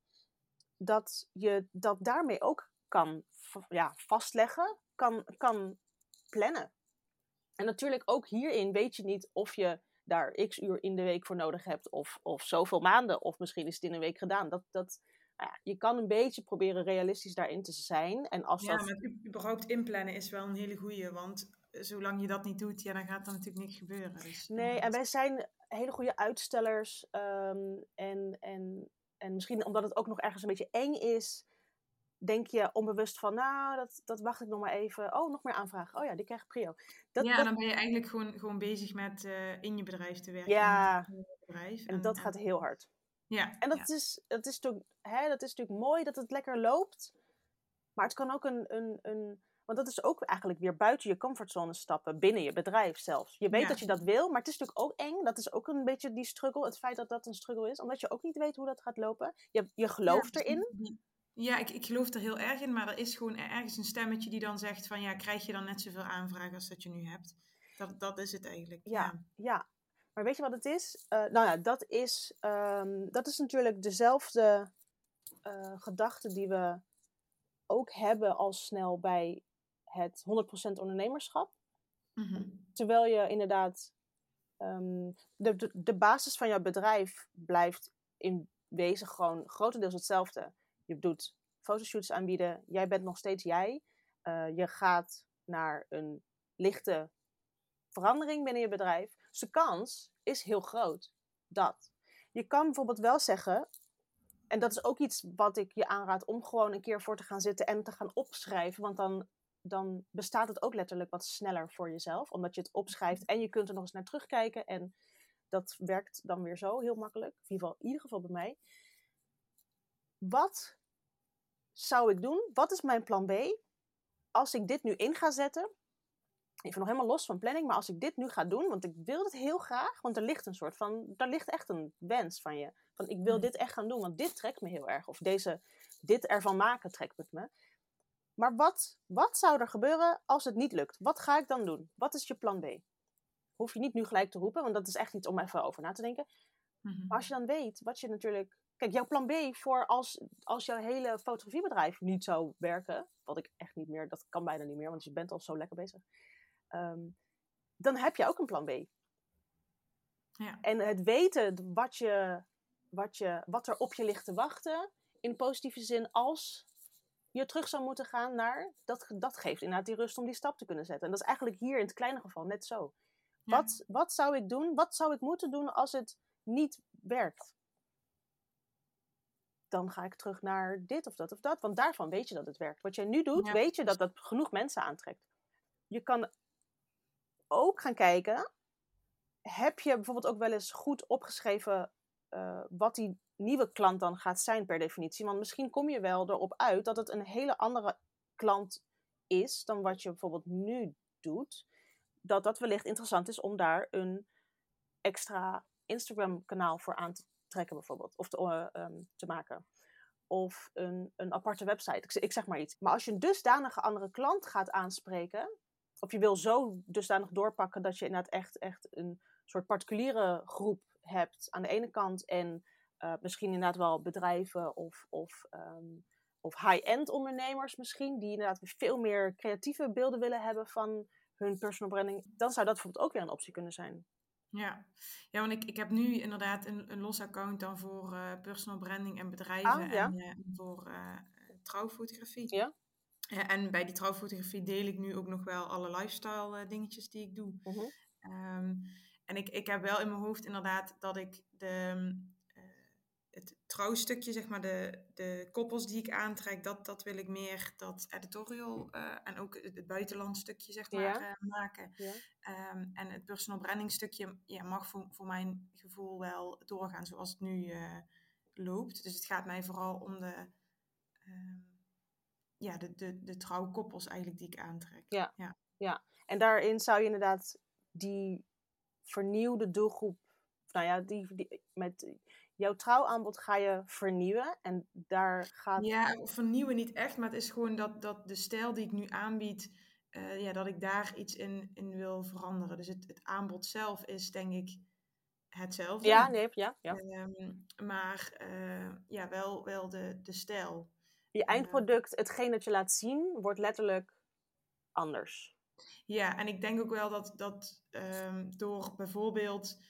Dat je dat daarmee ook kan ja, vastleggen, kan, kan plannen. En natuurlijk ook hierin weet je niet of je daar x uur in de week voor nodig hebt, of, of zoveel maanden, of misschien is het in een week gedaan. Dat, dat, nou ja, je kan een beetje proberen realistisch daarin te zijn. En als ja, dat... maar überhaupt inplannen is wel een hele goeie, want zolang je dat niet doet, ja, dan gaat er natuurlijk niks gebeuren. Dus, nee, uh, en wij zijn hele goede uitstellers. Um, en, en, en misschien omdat het ook nog ergens een beetje eng is, denk je onbewust van, nou, dat, dat wacht ik nog maar even. Oh, nog meer aanvragen. Oh ja, die krijg ik prio. Dat, ja, dat... dan ben je eigenlijk gewoon, gewoon bezig met uh, in je bedrijf te werken. Ja, in het bedrijf. En, en dat en, gaat heel hard. Ja. En dat, ja. is, dat, is natuurlijk, hè, dat is natuurlijk mooi dat het lekker loopt. Maar het kan ook een, een, een... Want dat is ook eigenlijk weer buiten je comfortzone stappen. Binnen je bedrijf zelfs. Je weet ja. dat je dat wil, maar het is natuurlijk ook eng. Dat is ook een beetje die struggle. Het feit dat dat een struggle is. Omdat je ook niet weet hoe dat gaat lopen. Je, je gelooft ja, erin. Ja, ik, ik geloof er heel erg in. Maar er is gewoon ergens een stemmetje die dan zegt van... Ja, krijg je dan net zoveel aanvragen als dat je nu hebt? Dat, dat is het eigenlijk. Ja, ja. ja. Maar weet je wat het is? Uh, nou ja, dat is, um, dat is natuurlijk dezelfde uh, gedachte die we ook hebben al snel bij het honderd procent ondernemerschap. Mm-hmm. Terwijl je inderdaad... Um, de, de, de basis van jouw bedrijf blijft in wezen gewoon grotendeels hetzelfde. Je doet fotoshoots aanbieden. Jij bent nog steeds jij. Uh, je gaat naar een lichte verandering binnen je bedrijf. Dus de kans is heel groot. Dat. Je kan bijvoorbeeld wel zeggen... En dat is ook iets wat ik je aanraad om gewoon een keer voor te gaan zitten en te gaan opschrijven. Want dan, dan bestaat het ook letterlijk wat sneller voor jezelf. Omdat je het opschrijft en je kunt er nog eens naar terugkijken. En dat werkt dan weer zo heel makkelijk. In ieder geval, in ieder geval bij mij. Wat zou ik doen? Wat is mijn plan B? Als ik dit nu in ga zetten... Even nog helemaal los van planning, maar als ik dit nu ga doen, want ik wil het heel graag, want er ligt een soort van, daar ligt echt een wens van je. Van ik wil mm. dit echt gaan doen, want dit trekt me heel erg. Of deze, dit ervan maken trekt het me. Maar wat, wat zou er gebeuren als het niet lukt? Wat ga ik dan doen? Wat is je plan B? Hoef je niet nu gelijk te roepen, want dat is echt iets om even over na te denken. Mm-hmm. Maar als je dan weet, wat je natuurlijk... Kijk, jouw plan B voor als, als jouw hele fotografiebedrijf niet zou werken, wat ik echt niet meer, dat kan bijna niet meer, want je bent al zo lekker bezig. Um, dan heb je ook een plan B. Ja. En het weten wat, je, wat, je, wat er op je ligt te wachten, in positieve zin, als je terug zou moeten gaan naar, dat, dat geeft inderdaad die rust om die stap te kunnen zetten. En dat is eigenlijk hier in het kleine geval net zo. Ja. Wat, wat zou ik doen, wat zou ik moeten doen als het niet werkt? Dan ga ik terug naar dit of dat of dat, want daarvan weet je dat het werkt. Wat jij nu doet, ja. weet je dat dat genoeg mensen aantrekt. Je kan ook gaan kijken, heb je bijvoorbeeld ook wel eens goed opgeschreven uh, wat die nieuwe klant dan gaat zijn per definitie? Want misschien kom je wel erop uit dat het een hele andere klant is dan wat je bijvoorbeeld nu doet. Dat dat wellicht interessant is om daar een extra Instagram kanaal voor aan te trekken bijvoorbeeld. Of te, uh, um, te maken. Of een, een aparte website. Ik, ik zeg maar iets. Maar als je een dusdanige andere klant gaat aanspreken, of je wil zo dusdanig doorpakken dat je inderdaad echt, echt een soort particuliere groep hebt aan de ene kant. En uh, misschien inderdaad wel bedrijven of, of, um, of high-end ondernemers misschien. Die inderdaad weer veel meer creatieve beelden willen hebben van hun personal branding. Dan zou dat bijvoorbeeld ook weer een optie kunnen zijn. Ja, ja want ik, ik heb nu inderdaad een, een los account dan voor uh, personal branding en bedrijven Ah, ja. en uh, voor uh, trouwfotografie. Ja. Ja, en bij die trouwfotografie deel ik nu ook nog wel alle lifestyle uh, dingetjes die ik doe. Mm-hmm. Um, en ik, ik heb wel in mijn hoofd inderdaad dat ik de, uh, het trouwstukje, zeg maar, de, de koppels die ik aantrek, dat, dat wil ik meer dat editorial uh, en ook het, het buitenland stukje, zeg maar, Ja. uh, maken. Ja. Um, en het personal branding stukje ja, mag voor, voor mijn gevoel wel doorgaan zoals het nu uh, loopt. Dus het gaat mij vooral om de... Um, ja, de, de, de trouwkoppels eigenlijk die ik aantrek. Ja. Ja. Ja, en daarin zou je inderdaad die vernieuwde doelgroep, nou ja, die, die, met jouw trouwaanbod ga je vernieuwen en daar gaat... Ja, vernieuwen niet echt, maar het is gewoon dat, dat de stijl die ik nu aanbied, uh, ja, dat ik daar iets in, in wil veranderen. Dus het, het aanbod zelf is denk ik hetzelfde. Ja, nee, ja. ja. Um, maar uh, ja, wel, wel de, de stijl. Je eindproduct, uh, hetgeen dat je laat zien, wordt letterlijk anders. Ja, en ik denk ook wel dat, dat um, door bijvoorbeeld,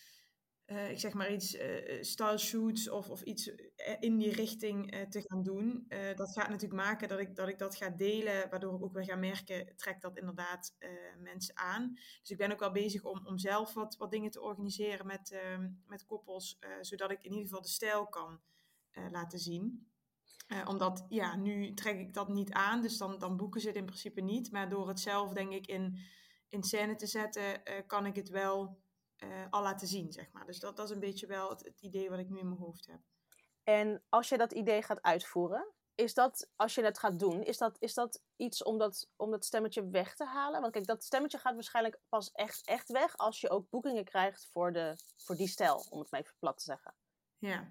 uh, ik zeg maar iets, uh, style shoots of, of iets in die richting uh, te gaan doen, uh, dat gaat natuurlijk maken dat ik, dat ik dat ga delen, waardoor ik ook weer ga merken, trekt dat inderdaad uh, mensen aan. Dus ik ben ook wel bezig om, om zelf wat, wat dingen te organiseren met, uh, met koppels, uh, zodat ik in ieder geval de stijl kan uh, laten zien. Uh, omdat, ja, nu trek ik dat niet aan, dus dan, dan boeken ze het in principe niet. Maar door het zelf, denk ik, in, in scène te zetten, uh, kan ik het wel uh, al laten zien, zeg maar. Dus dat, dat is een beetje wel het, het idee wat ik nu in mijn hoofd heb. En als je dat idee gaat uitvoeren, is dat, als je het gaat doen, is dat, is dat iets om dat, om dat stemmetje weg te halen? Want kijk, dat stemmetje gaat waarschijnlijk pas echt, echt weg als je ook boekingen krijgt voor, de, voor die stijl, om het maar even plat te zeggen. Ja.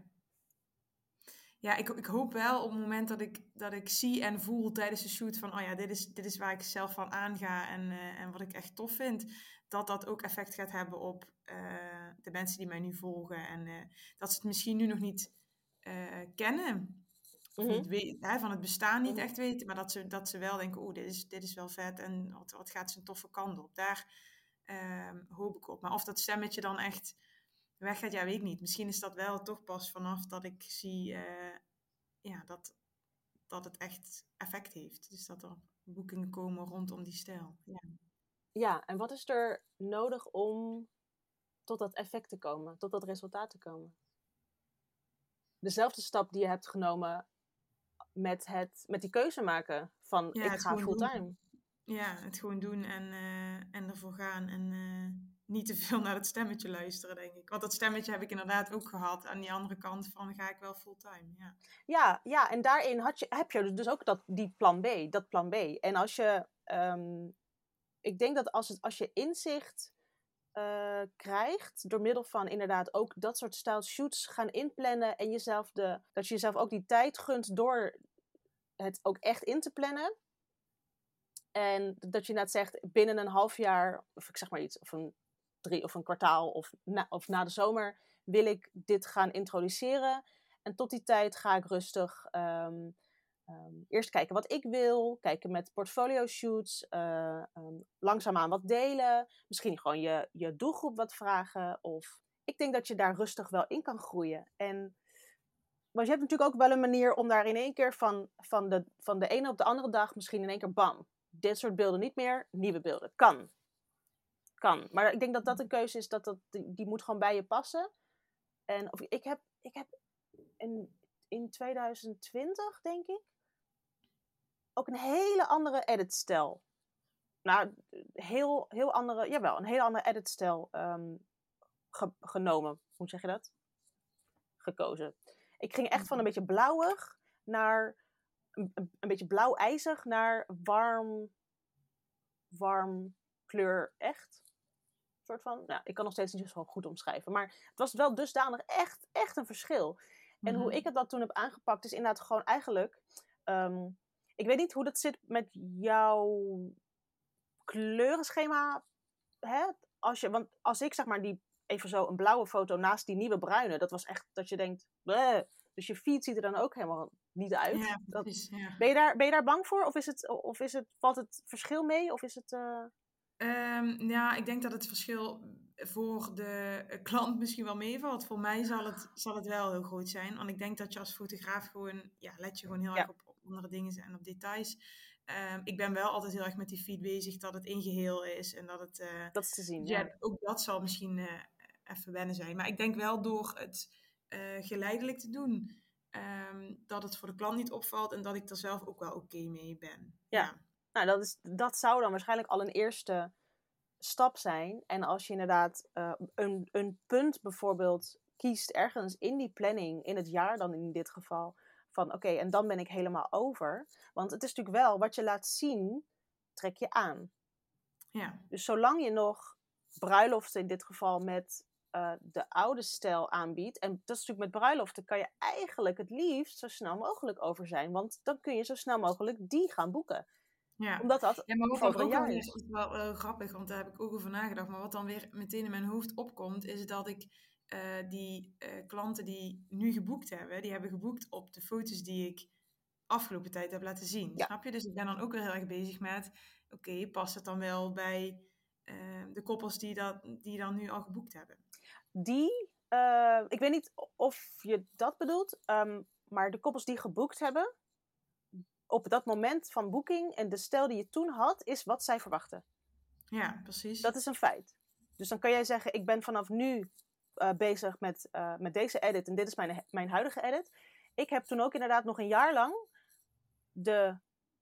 Ja, ik, ik hoop wel op het moment dat ik, dat ik zie en voel tijdens de shoot van, oh ja, dit is, dit is waar ik zelf van aanga en, uh, en wat ik echt tof vind, dat dat ook effect gaat hebben op uh, de mensen die mij nu volgen. En uh, dat ze het misschien nu nog niet uh, kennen, of Mm-hmm. niet weten, hè, van het bestaan niet Mm-hmm. echt weten, maar dat ze, dat ze wel denken, oeh, dit is, dit is wel vet en wat, wat gaat zijn toffe kant op. Daar uh, hoop ik op. Maar of dat stemmetje dan echt weggaat, ja, weet ik niet. Misschien is dat wel toch pas vanaf dat ik zie uh, ja, dat, dat het echt effect heeft. Dus dat er boekingen komen rondom die stijl. Ja. Ja, en wat is er nodig om tot dat effect te komen, tot dat resultaat te komen? Dezelfde stap die je hebt genomen met, het, met die keuze maken van Ja, ik ga fulltime. Ja, het gewoon doen en, uh, en ervoor gaan en uh, niet te veel naar het stemmetje luisteren, denk ik. Want dat stemmetje heb ik inderdaad ook gehad. Aan die andere kant van ga ik wel fulltime, ja. Ja, ja, en daarin had je, heb je dus ook dat, die plan B, dat plan B. En als je, um, ik denk dat als, het, als je inzicht uh, krijgt, door middel van inderdaad ook dat soort style shoots gaan inplannen en jezelf de, dat je jezelf ook die tijd gunt door het ook echt in te plannen. En dat je net zegt, binnen een half jaar, of ik zeg maar iets, of een drie of een kwartaal, of na, of na de zomer, wil ik dit gaan introduceren. En tot die tijd ga ik rustig um, um, eerst kijken wat ik wil, kijken met portfolio shoots, uh, um, langzaamaan wat delen, misschien gewoon je, je doelgroep wat vragen. Of ik denk dat je daar rustig wel in kan groeien. En maar je hebt natuurlijk ook wel een manier om daar in één keer van, van, de, van de ene op de andere dag misschien in één keer bam. Dit soort beelden niet meer, nieuwe beelden. Kan. Kan. Maar ik denk dat dat een keuze is, dat dat, die, die moet gewoon bij je passen. En of, ik heb, ik heb in, in twintig twintig, denk ik, ook een hele andere editstijl. Nou, heel, heel andere, jawel, een hele andere editstijl um, ge, genomen. Hoe zeg je dat? Gekozen. Ik ging echt van een beetje blauwig naar een, een, een beetje blauw-ijzig naar warm, warm kleur echt. Een soort van, nou, ik kan nog steeds niet zo goed omschrijven. Maar het was wel dusdanig echt, echt een verschil. Mm-hmm. En hoe ik het dat toen heb aangepakt is inderdaad gewoon eigenlijk... Um, ik weet niet hoe dat zit met jouw kleurenschema. Hè? Als je, want als ik zeg maar die even zo een blauwe foto naast die nieuwe bruine. Dat was echt dat je denkt... Bleh. Dus je feed ziet er dan ook helemaal niet uit. Ja, dat, precies, ja. ben, je daar, ben je daar bang voor? Of, is het, of is het, valt het verschil mee? Of is het... Uh... Um, ja, ik denk dat het verschil voor de klant misschien wel meevalt. Voor mij zal het, zal het wel heel groot zijn. Want ik denk dat je als fotograaf gewoon, ja, let je gewoon heel Ja. erg op, op andere dingen en op details. Um, ik ben wel altijd heel erg met die feed bezig, dat het in geheel is. En dat het, uh, Dat is te zien, ja, ja. ook dat zal misschien uh, even wennen zijn. Maar ik denk wel door het uh, geleidelijk te doen, um, dat het voor de klant niet opvalt en dat ik er zelf ook wel oké okay mee ben. Ja, ja. Nou, dat, is, dat zou dan waarschijnlijk al een eerste stap zijn. En als je inderdaad uh, een, een punt bijvoorbeeld kiest ergens in die planning, in het jaar dan in dit geval, van oké, okay, en dan ben ik helemaal over. Want het is natuurlijk wel, wat je laat zien, trek je aan. Ja. Dus zolang je nog bruiloften in dit geval met uh, de oude stijl aanbiedt, en dat is natuurlijk met bruiloften, kan je eigenlijk het liefst zo snel mogelijk over zijn. Want dan kun je zo snel mogelijk die gaan boeken. Ja. Omdat dat ja, maar wat voor dan een ook jaar alweer is. is wel uh, grappig, want daar heb ik ook over nagedacht. Maar wat dan weer meteen in mijn hoofd opkomt, is dat ik uh, die uh, klanten die nu geboekt hebben, die hebben geboekt op de foto's die ik afgelopen tijd heb laten zien. Ja. Snap je? Dus ik ben dan ook weer heel erg bezig met, oké, okay, past het dan wel bij uh, de koppels die, dat, die dan nu al geboekt hebben? Die, uh, ik weet niet of je dat bedoelt, um, maar de koppels die geboekt hebben, op dat moment van boeking en de stijl die je toen had, is wat zij verwachten. Ja, precies. Dat is een feit. Dus dan kan jij zeggen, ik ben vanaf nu uh, bezig met, uh, met deze edit en dit is mijn, mijn huidige edit. Ik heb toen ook inderdaad nog een jaar lang de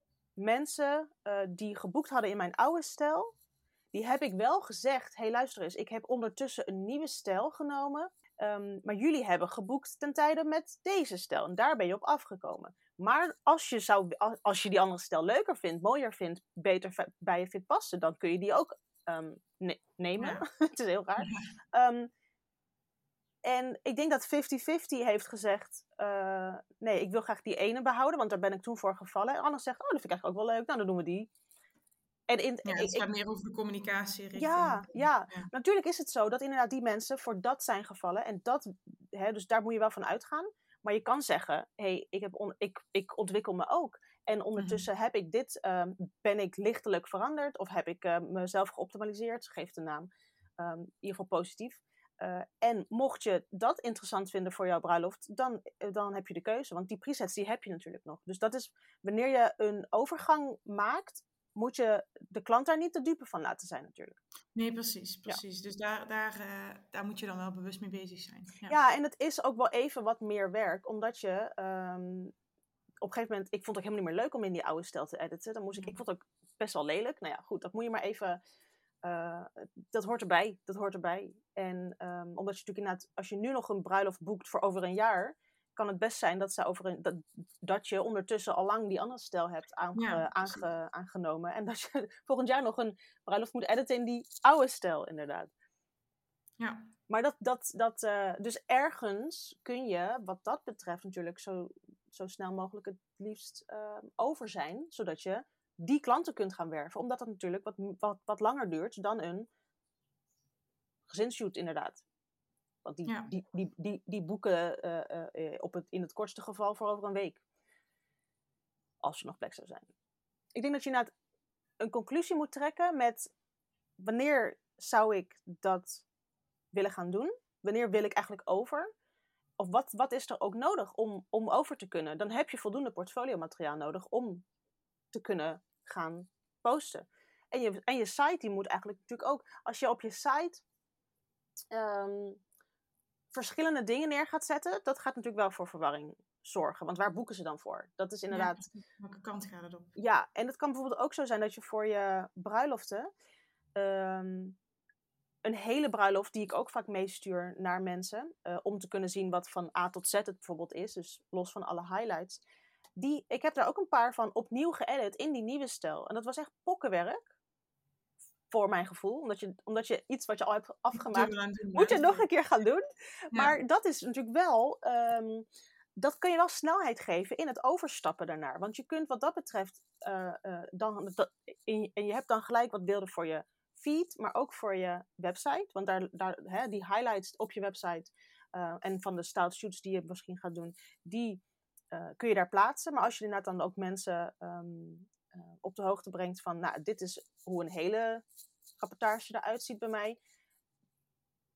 mensen uh, die geboekt hadden in mijn oude stijl, die heb ik wel gezegd, hé hey, luister eens, ik heb ondertussen een nieuwe stijl genomen, um, maar jullie hebben geboekt ten tijde met deze stijl en daar ben je op afgekomen. Maar als je, zou, als je die andere stijl leuker vindt, mooier vindt, beter bij je vindt passen, dan kun je die ook um, ne- nemen. Ja. Het is heel raar. Ja. Um, en ik denk dat vijftig vijftig heeft gezegd, uh, nee, ik wil graag die ene behouden, want daar ben ik toen voor gevallen. En anders zegt, oh, dat vind ik eigenlijk ook wel leuk, nou, dan doen we die. En in, ja, het gaat ik, meer over de communicatie richting... Ja, ja, ja, natuurlijk is het zo dat inderdaad die mensen voor dat zijn gevallen. En dat, hè, dus daar moet je wel van uitgaan. Maar je kan zeggen, hé, hey, ik, on, ik, ik ontwikkel me ook. En ondertussen mm-hmm. heb ik dit, um, ben ik lichtelijk veranderd. Of heb ik uh, mezelf geoptimaliseerd, geef de naam. Um, in ieder geval positief. Uh, en mocht je dat interessant vinden voor jouw bruiloft, dan, dan heb je de keuze. Want die presets, die heb je natuurlijk nog. Dus dat is, wanneer je een overgang maakt, moet je de klant daar niet de dupe van laten zijn natuurlijk. Nee, precies. precies. Ja. Dus daar, daar, uh, daar moet je dan wel bewust mee bezig zijn. Ja. ja, en het is ook wel even wat meer werk. Omdat je um, op een gegeven moment... Ik vond het ook helemaal niet meer leuk om in die oude stijl te editen. Dan moest ik, ja. ik vond het ook best wel lelijk. Nou ja, goed, dat moet je maar even... Uh, dat hoort erbij. Dat hoort erbij. En um, omdat je natuurlijk inderdaad... Als je nu nog een bruiloft boekt voor over een jaar... kan het best zijn dat, ze over een, dat, dat je ondertussen al lang die andere stijl hebt aange, ja, aange, aangenomen. En dat je volgend jaar nog een bruiloft moet editen in die oude stijl, inderdaad. Ja. Maar dat, dat, dat, uh, dus ergens kun je, wat dat betreft, natuurlijk zo, zo snel mogelijk het liefst uh, over zijn. Zodat je die klanten kunt gaan werven. Omdat dat natuurlijk wat, wat, wat langer duurt dan een gezinsshoot, inderdaad. Want die, ja. die, die, die, die boeken uh, uh, op het, in het kortste geval voor over een week. Als er nog plek zou zijn. Ik denk dat je inderdaad een conclusie moet trekken met... Wanneer zou ik dat willen gaan doen? Wanneer wil ik eigenlijk over? Of wat, wat is er ook nodig om, om over te kunnen? Dan heb je voldoende portfoliomateriaal nodig om te kunnen gaan posten. En je, en je site die moet eigenlijk natuurlijk ook... Als je op je site... Um, verschillende dingen neer gaat zetten, dat gaat natuurlijk wel voor verwarring zorgen. Want waar boeken ze dan voor? Dat is inderdaad... Ja, welke kant gaat het op? Ja, en het kan bijvoorbeeld ook zo zijn dat je voor je bruiloften... Um, een hele bruiloft die ik ook vaak meestuur naar mensen... Uh, om te kunnen zien wat van A tot Z het bijvoorbeeld is. Dus los van alle highlights. Die, ik heb daar ook een paar van opnieuw geëdit in die nieuwe stijl. En dat was echt pokkenwerk. Voor mijn gevoel. Omdat je, omdat je iets wat je al hebt afgemaakt, doen, moet je nog een keer gaan doen. Ja. Maar dat is natuurlijk wel... Um, dat kan je wel snelheid geven in het overstappen daarnaar. Want je kunt wat dat betreft... Uh, uh, dan, dat, in, en je hebt dan gelijk wat beelden voor je feed. Maar ook voor je website. Want daar, daar, hè, die highlights op je website... Uh, en van de styled shoots die je misschien gaat doen... die uh, kun je daar plaatsen. Maar als je inderdaad dan ook mensen... Um, Uh, op de hoogte brengt van, nou, dit is hoe een hele rapportage eruit ziet bij mij.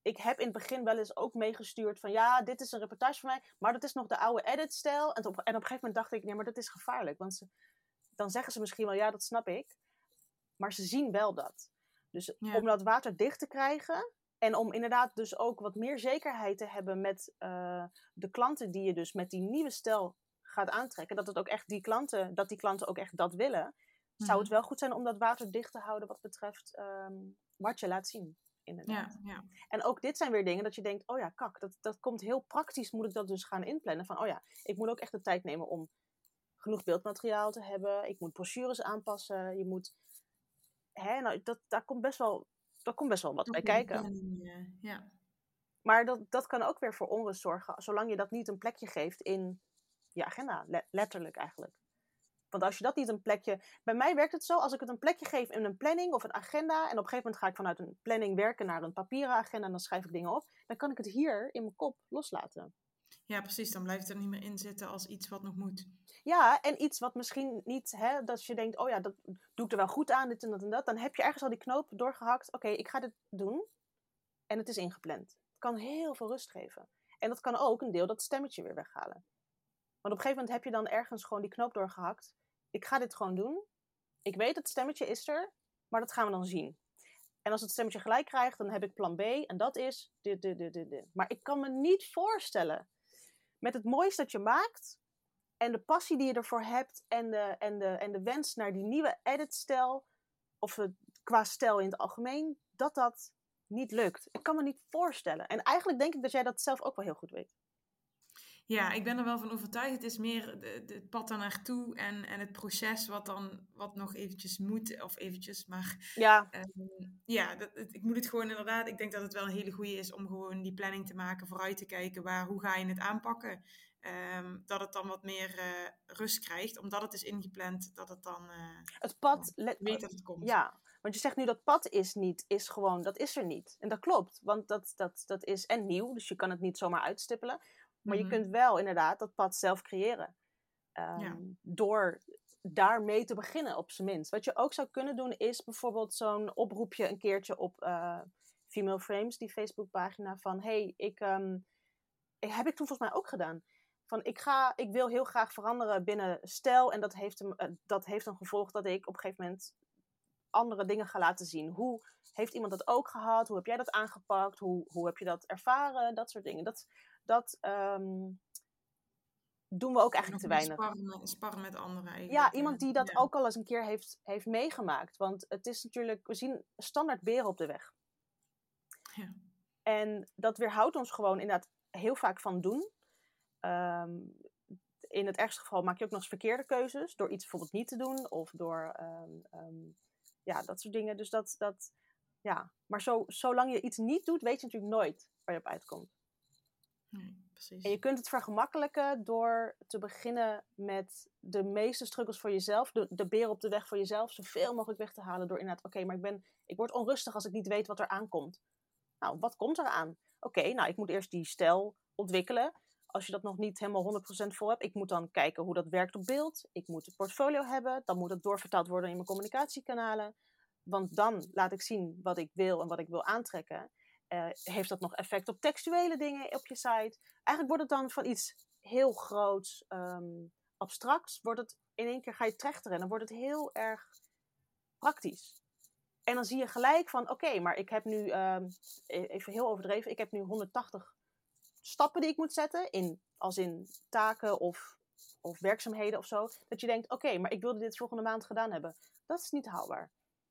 ik heb in het begin wel eens ook meegestuurd van ja, dit is een reportage van mij, maar dat is nog de oude editstijl. En, op, en op een gegeven moment dacht ik, nee, maar dat is gevaarlijk. Want ze, dan zeggen ze misschien wel, ja, dat snap ik. Maar ze zien wel dat. Dus Ja. om dat waterdicht te krijgen en om inderdaad dus ook wat meer zekerheid te hebben met uh, de klanten die je dus met die nieuwe stijl gaat aantrekken, dat het ook echt die klanten, dat die klanten ook echt dat willen, mm-hmm. zou het wel goed zijn om dat waterdicht te houden wat betreft um, wat je laat zien. Inderdaad. Ja, ja. En ook dit zijn weer dingen dat je denkt, oh ja, kak, dat, dat komt heel praktisch, moet ik dat dus gaan inplannen. Van, oh ja, ik moet ook echt de tijd nemen om genoeg beeldmateriaal te hebben. Ik moet brochures aanpassen. Je moet, hè, nou, dat, daar komt best wel, daar komt best wel wat bij kijken. Planning, ja. Maar dat, dat kan ook weer voor onrust zorgen, zolang je dat niet een plekje geeft in je agenda, le- letterlijk eigenlijk. Want als je dat niet een plekje... Bij mij werkt het zo, als ik het een plekje geef in een planning of een agenda, en op een gegeven moment ga ik vanuit een planning werken naar een papieren agenda en dan schrijf ik dingen op, dan kan ik het hier in mijn kop loslaten. Ja, precies. Dan blijft het er niet meer in zitten als iets wat nog moet. Ja, en iets wat misschien niet, hè, dat je denkt, oh ja, dat doe ik er wel goed aan, dit en dat en dat. Dan heb je ergens al die knoop doorgehakt. Oké, okay, ik ga dit doen. En het is ingepland. Het kan heel veel rust geven. En dat kan ook een deel dat stemmetje weer weghalen. Want op een gegeven moment heb je dan ergens gewoon die knoop doorgehakt. Ik ga dit gewoon doen. Ik weet, het stemmetje is er, maar dat gaan we dan zien. En als het stemmetje gelijk krijgt, dan heb ik plan B. En dat is dit, dit, dit, dit, dit. Maar ik kan me niet voorstellen, met het mooiste dat je maakt, en de passie die je ervoor hebt, en de, en de, en de wens naar die nieuwe editstijl, of het, qua stijl in het algemeen, dat dat niet lukt. Ik kan me niet voorstellen. En eigenlijk denk ik dat jij dat zelf ook wel heel goed weet. Ja, ik ben er wel van overtuigd. Het is meer de, de, het pad daar naartoe en, en het proces wat dan wat nog eventjes moet. Of eventjes, maar... Ja, um, ja dat, het, ik moet het gewoon inderdaad... Ik denk dat het wel een hele goede is om gewoon die planning te maken. Vooruit te kijken, waar, hoe ga je het aanpakken? Um, dat het dan wat meer uh, rust krijgt. Omdat het is ingepland, dat het dan... Uh, het pad... ja, let, weet dat het komt. Ja, want je zegt nu dat pad is niet, is gewoon... Dat is er niet. En dat klopt, want dat, dat, dat is en nieuw. Dus je kan het niet zomaar uitstippelen. Maar je kunt wel inderdaad dat pad zelf creëren. Um, ja. Door daarmee te beginnen op zijn minst. Wat je ook zou kunnen doen is bijvoorbeeld zo'n oproepje een keertje op uh, Female Frames, die Facebookpagina van hey, ik, um, ik heb ik toen volgens mij ook gedaan. Van ik ga, ik wil heel graag veranderen binnen stijl en dat heeft, een, uh, dat heeft een gevolg dat ik op een gegeven moment andere dingen ga laten zien. Hoe heeft iemand dat ook gehad? Hoe heb jij dat aangepakt? Hoe, hoe heb je dat ervaren? Dat soort dingen. Dat Dat um, doen we ook eigenlijk te weinig. Sparren, sparren met anderen eigenlijk. Ja, iemand die dat ja. ook al eens een keer heeft, heeft meegemaakt. Want het is natuurlijk, we zien standaard beren op de weg. Ja. En dat weerhoudt ons gewoon inderdaad heel vaak van doen. Um, in het ergste geval maak je ook nog eens verkeerde keuzes. Door iets bijvoorbeeld niet te doen. Of door, um, um, ja, dat soort dingen. Dus dat, dat ja. Maar zo, zolang je iets niet doet, weet je natuurlijk nooit waar je op uitkomt. Nee, precies. En je kunt het vergemakkelijken door te beginnen met de meeste struggles voor jezelf, de, de beren op de weg voor jezelf, zoveel mogelijk weg te halen door inderdaad, oké, okay, maar ik, ben, ik word onrustig als ik niet weet wat er aankomt. Nou, wat komt er aan? Oké, okay, nou, ik moet eerst die stijl ontwikkelen. Als je dat nog niet helemaal honderd procent vol hebt, ik moet dan kijken hoe dat werkt op beeld. Ik moet een portfolio hebben, dan moet het doorvertaald worden in mijn communicatiekanalen. Want dan laat ik zien wat ik wil en wat ik wil aantrekken. Uh, heeft dat nog effect op textuele dingen op je site? Eigenlijk wordt het dan van iets heel groots, um, abstracts, wordt het in één keer ga je trechteren en dan wordt het heel erg praktisch. En dan zie je gelijk van, oké, okay, maar ik heb nu, um, even heel overdreven, ik heb nu honderdtachtig stappen die ik moet zetten, in, als in taken of, of werkzaamheden of zo. Dat je denkt, oké, okay, maar ik wilde dit volgende maand gedaan hebben. Dat is niet haalbaar.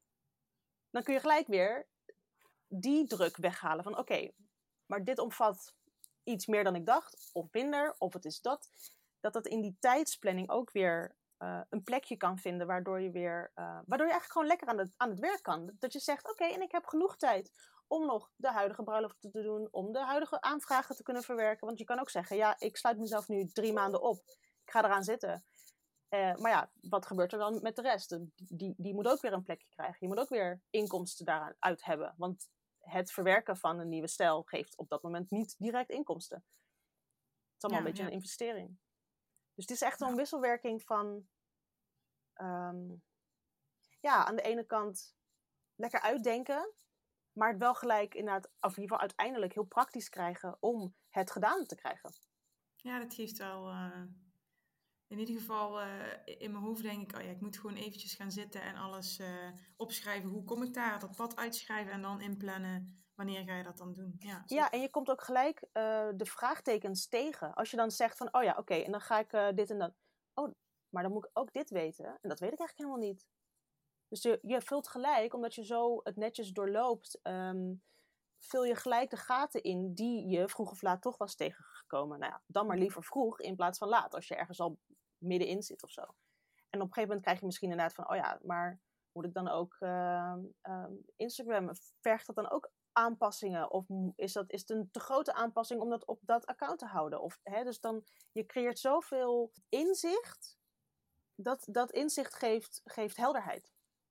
Dan kun je gelijk weer die druk weghalen van oké, okay, maar dit omvat iets meer dan ik dacht, of minder, of het is dat. Dat dat in die tijdsplanning ook weer uh, een plekje kan vinden, waardoor je weer, uh, waardoor je eigenlijk gewoon lekker aan, de, aan het werk kan. Dat je zegt, oké, okay, en ik heb genoeg tijd om nog de huidige bruiloften te doen, om de huidige aanvragen te kunnen verwerken. Want je kan ook zeggen, ja, ik sluit mezelf nu drie maanden op. Ik ga eraan zitten. Uh, maar ja, wat gebeurt er dan met de rest? Die, die moet ook weer een plekje krijgen. Je moet ook weer inkomsten daaruit hebben. Want het verwerken van een nieuwe stijl geeft op dat moment niet direct inkomsten. Het is allemaal ja, een beetje ja. een investering. Dus het is echt een wisselwerking van... Um, ja, aan de ene kant lekker uitdenken. Maar het wel gelijk inderdaad, of in ieder geval uiteindelijk heel praktisch krijgen om het gedaan te krijgen. Ja, dat geeft wel... Uh, in ieder geval uh, in mijn hoofd denk ik... Oh ja, ik moet gewoon eventjes gaan zitten en alles uh, opschrijven. Hoe kom ik daar? Dat pad uitschrijven en dan inplannen. Wanneer ga je dat dan doen? Ja, ja en je komt ook gelijk uh, de vraagtekens tegen. Als je dan zegt van, oh ja, oké, okay, en dan ga ik uh, dit en dat. Oh, maar dan moet ik ook dit weten. En dat weet ik eigenlijk helemaal niet. Dus je, je vult gelijk, omdat je zo het netjes doorloopt... Um, vul je gelijk de gaten in die je vroeg of laat toch was tegengekomen. Nou ja, dan maar liever vroeg in plaats van laat. Als je ergens al middenin zit of zo. En op een gegeven moment krijg je misschien inderdaad van... oh ja, maar moet ik dan ook uh, uh, Instagram... vergt dat dan ook aanpassingen? Of is, dat, is het een te grote aanpassing om dat op dat account te houden? Of, hè, dus dan, je creëert zoveel inzicht... dat, dat inzicht geeft, geeft helderheid.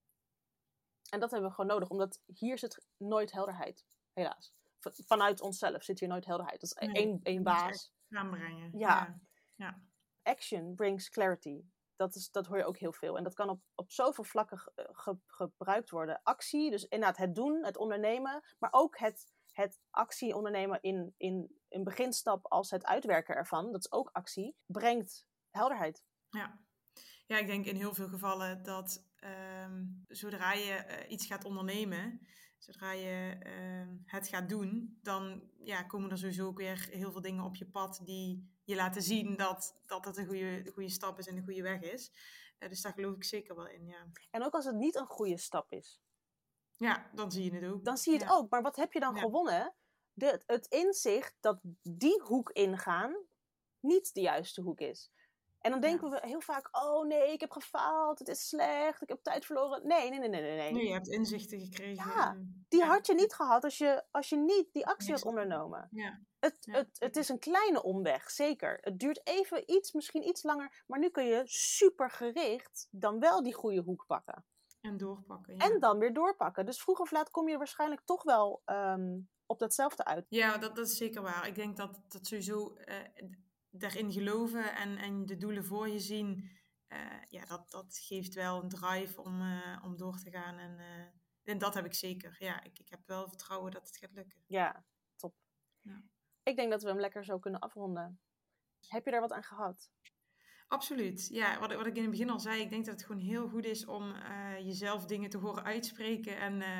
En dat hebben we gewoon nodig. Omdat hier zit nooit helderheid. Helaas. V- vanuit onszelf zit hier nooit helderheid. Dat is nee, één, één baas. Aanbrengen. Ja. Ja. ja. Action brings clarity. Dat, is, dat hoor je ook heel veel. En dat kan op, op zoveel vlakken ge, ge, gebruikt worden. Actie, dus inderdaad het doen, het ondernemen. Maar ook het, het actie ondernemen in, in een beginstap als het uitwerken ervan. Dat is ook actie. Brengt helderheid. Ja. Ja, ik denk in heel veel gevallen dat um, zodra je uh, iets gaat ondernemen... Zodra je uh, het gaat doen, dan ja, komen er sowieso ook weer heel veel dingen op je pad die je laten zien dat, dat het een goede, goede stap is en een goede weg is. Uh, dus daar geloof ik zeker wel in, ja. En ook als het niet een goede stap is. Ja, dan zie je het ook. Dan zie je het ja. ook. Maar wat heb je dan ja. gewonnen? De, het inzicht dat die hoek ingaan niet de juiste hoek is. En dan denken ja. we heel vaak, oh nee, ik heb gefaald, het is slecht, ik heb tijd verloren. Nee, nee, nee, nee, nee. Nee, je hebt inzichten gekregen. Ja, die ja. had je niet gehad als je, als je niet die actie had ondernomen. Ja. Het, ja. het, het is een kleine omweg, zeker. Het duurt even iets, misschien iets langer, maar nu kun je super gericht dan wel die goede hoek pakken. En doorpakken, ja. En dan weer doorpakken. Dus vroeg of laat kom je waarschijnlijk toch wel um, op datzelfde uit. Ja, dat, dat is zeker waar. Ik denk dat dat sowieso... Uh, daarin geloven en, en de doelen voor je zien, uh, ja, dat, dat geeft wel een drive om, uh, om door te gaan. En, uh, en dat heb ik zeker. Ja, ik, ik heb wel vertrouwen dat het gaat lukken. Ja, top. Ja. Ik denk dat we hem lekker zo kunnen afronden. Heb je daar wat aan gehad? Absoluut. Ja, wat, wat ik in het begin al zei, ik denk dat het gewoon heel goed is om uh, jezelf dingen te horen uitspreken en... Uh,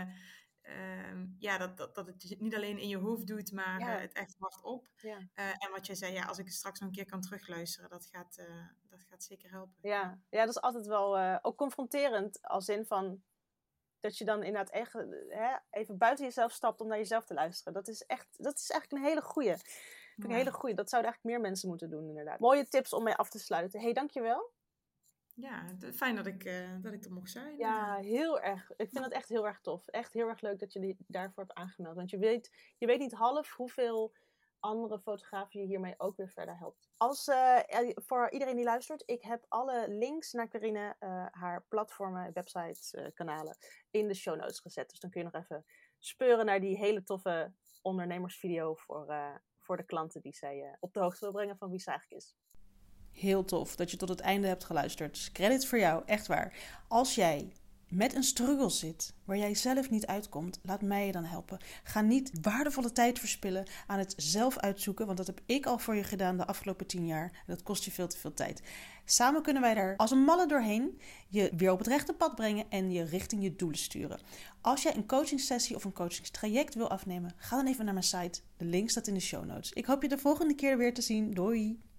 Uh, ja, dat, dat, dat het niet alleen in je hoofd doet, maar ja. uh, het echt hardop. Ja. Uh, en wat jij zei, ja, als ik het straks nog een keer kan terugluisteren, dat gaat, uh, dat gaat zeker helpen. Ja, ja, dat is altijd wel uh, ook confronterend, als in van dat je dan inderdaad echt hè, even buiten jezelf stapt om naar jezelf te luisteren. Dat is echt, dat is eigenlijk een hele goeie. Dat vind ik een hele goeie. Dat zouden eigenlijk meer mensen moeten doen, inderdaad. Mooie tips om mee af te sluiten. Hé, hey, dankjewel. Ja, fijn dat ik, uh, dat ik er mocht zijn. Ja, heel erg. Ik vind het echt heel erg tof. Echt heel erg leuk dat je die daarvoor hebt aangemeld. Want je weet, je weet niet half hoeveel andere fotografen je hiermee ook weer verder helpt. Als, uh, voor iedereen die luistert, ik heb alle links naar Carine, uh, haar platformen, websites, uh, kanalen in de show notes gezet. Dus dan kun je nog even speuren naar die hele toffe ondernemersvideo voor, uh, voor de klanten die zij uh, op de hoogte wil brengen van wie ze eigenlijk is. Heel tof dat je tot het einde hebt geluisterd. Credit voor jou, echt waar. Als jij met een struggle zit waar jij zelf niet uitkomt, laat mij je dan helpen. Ga niet waardevolle tijd verspillen aan het zelf uitzoeken, want dat heb ik al voor je gedaan de afgelopen tien jaar. En dat kost je veel te veel tijd. Samen kunnen wij daar als een malle doorheen je weer op het rechte pad brengen en je richting je doelen sturen. Als jij een coachingsessie of een coachingstraject wil afnemen, ga dan even naar mijn site. De link staat in de show notes. Ik hoop je de volgende keer weer te zien. Doei!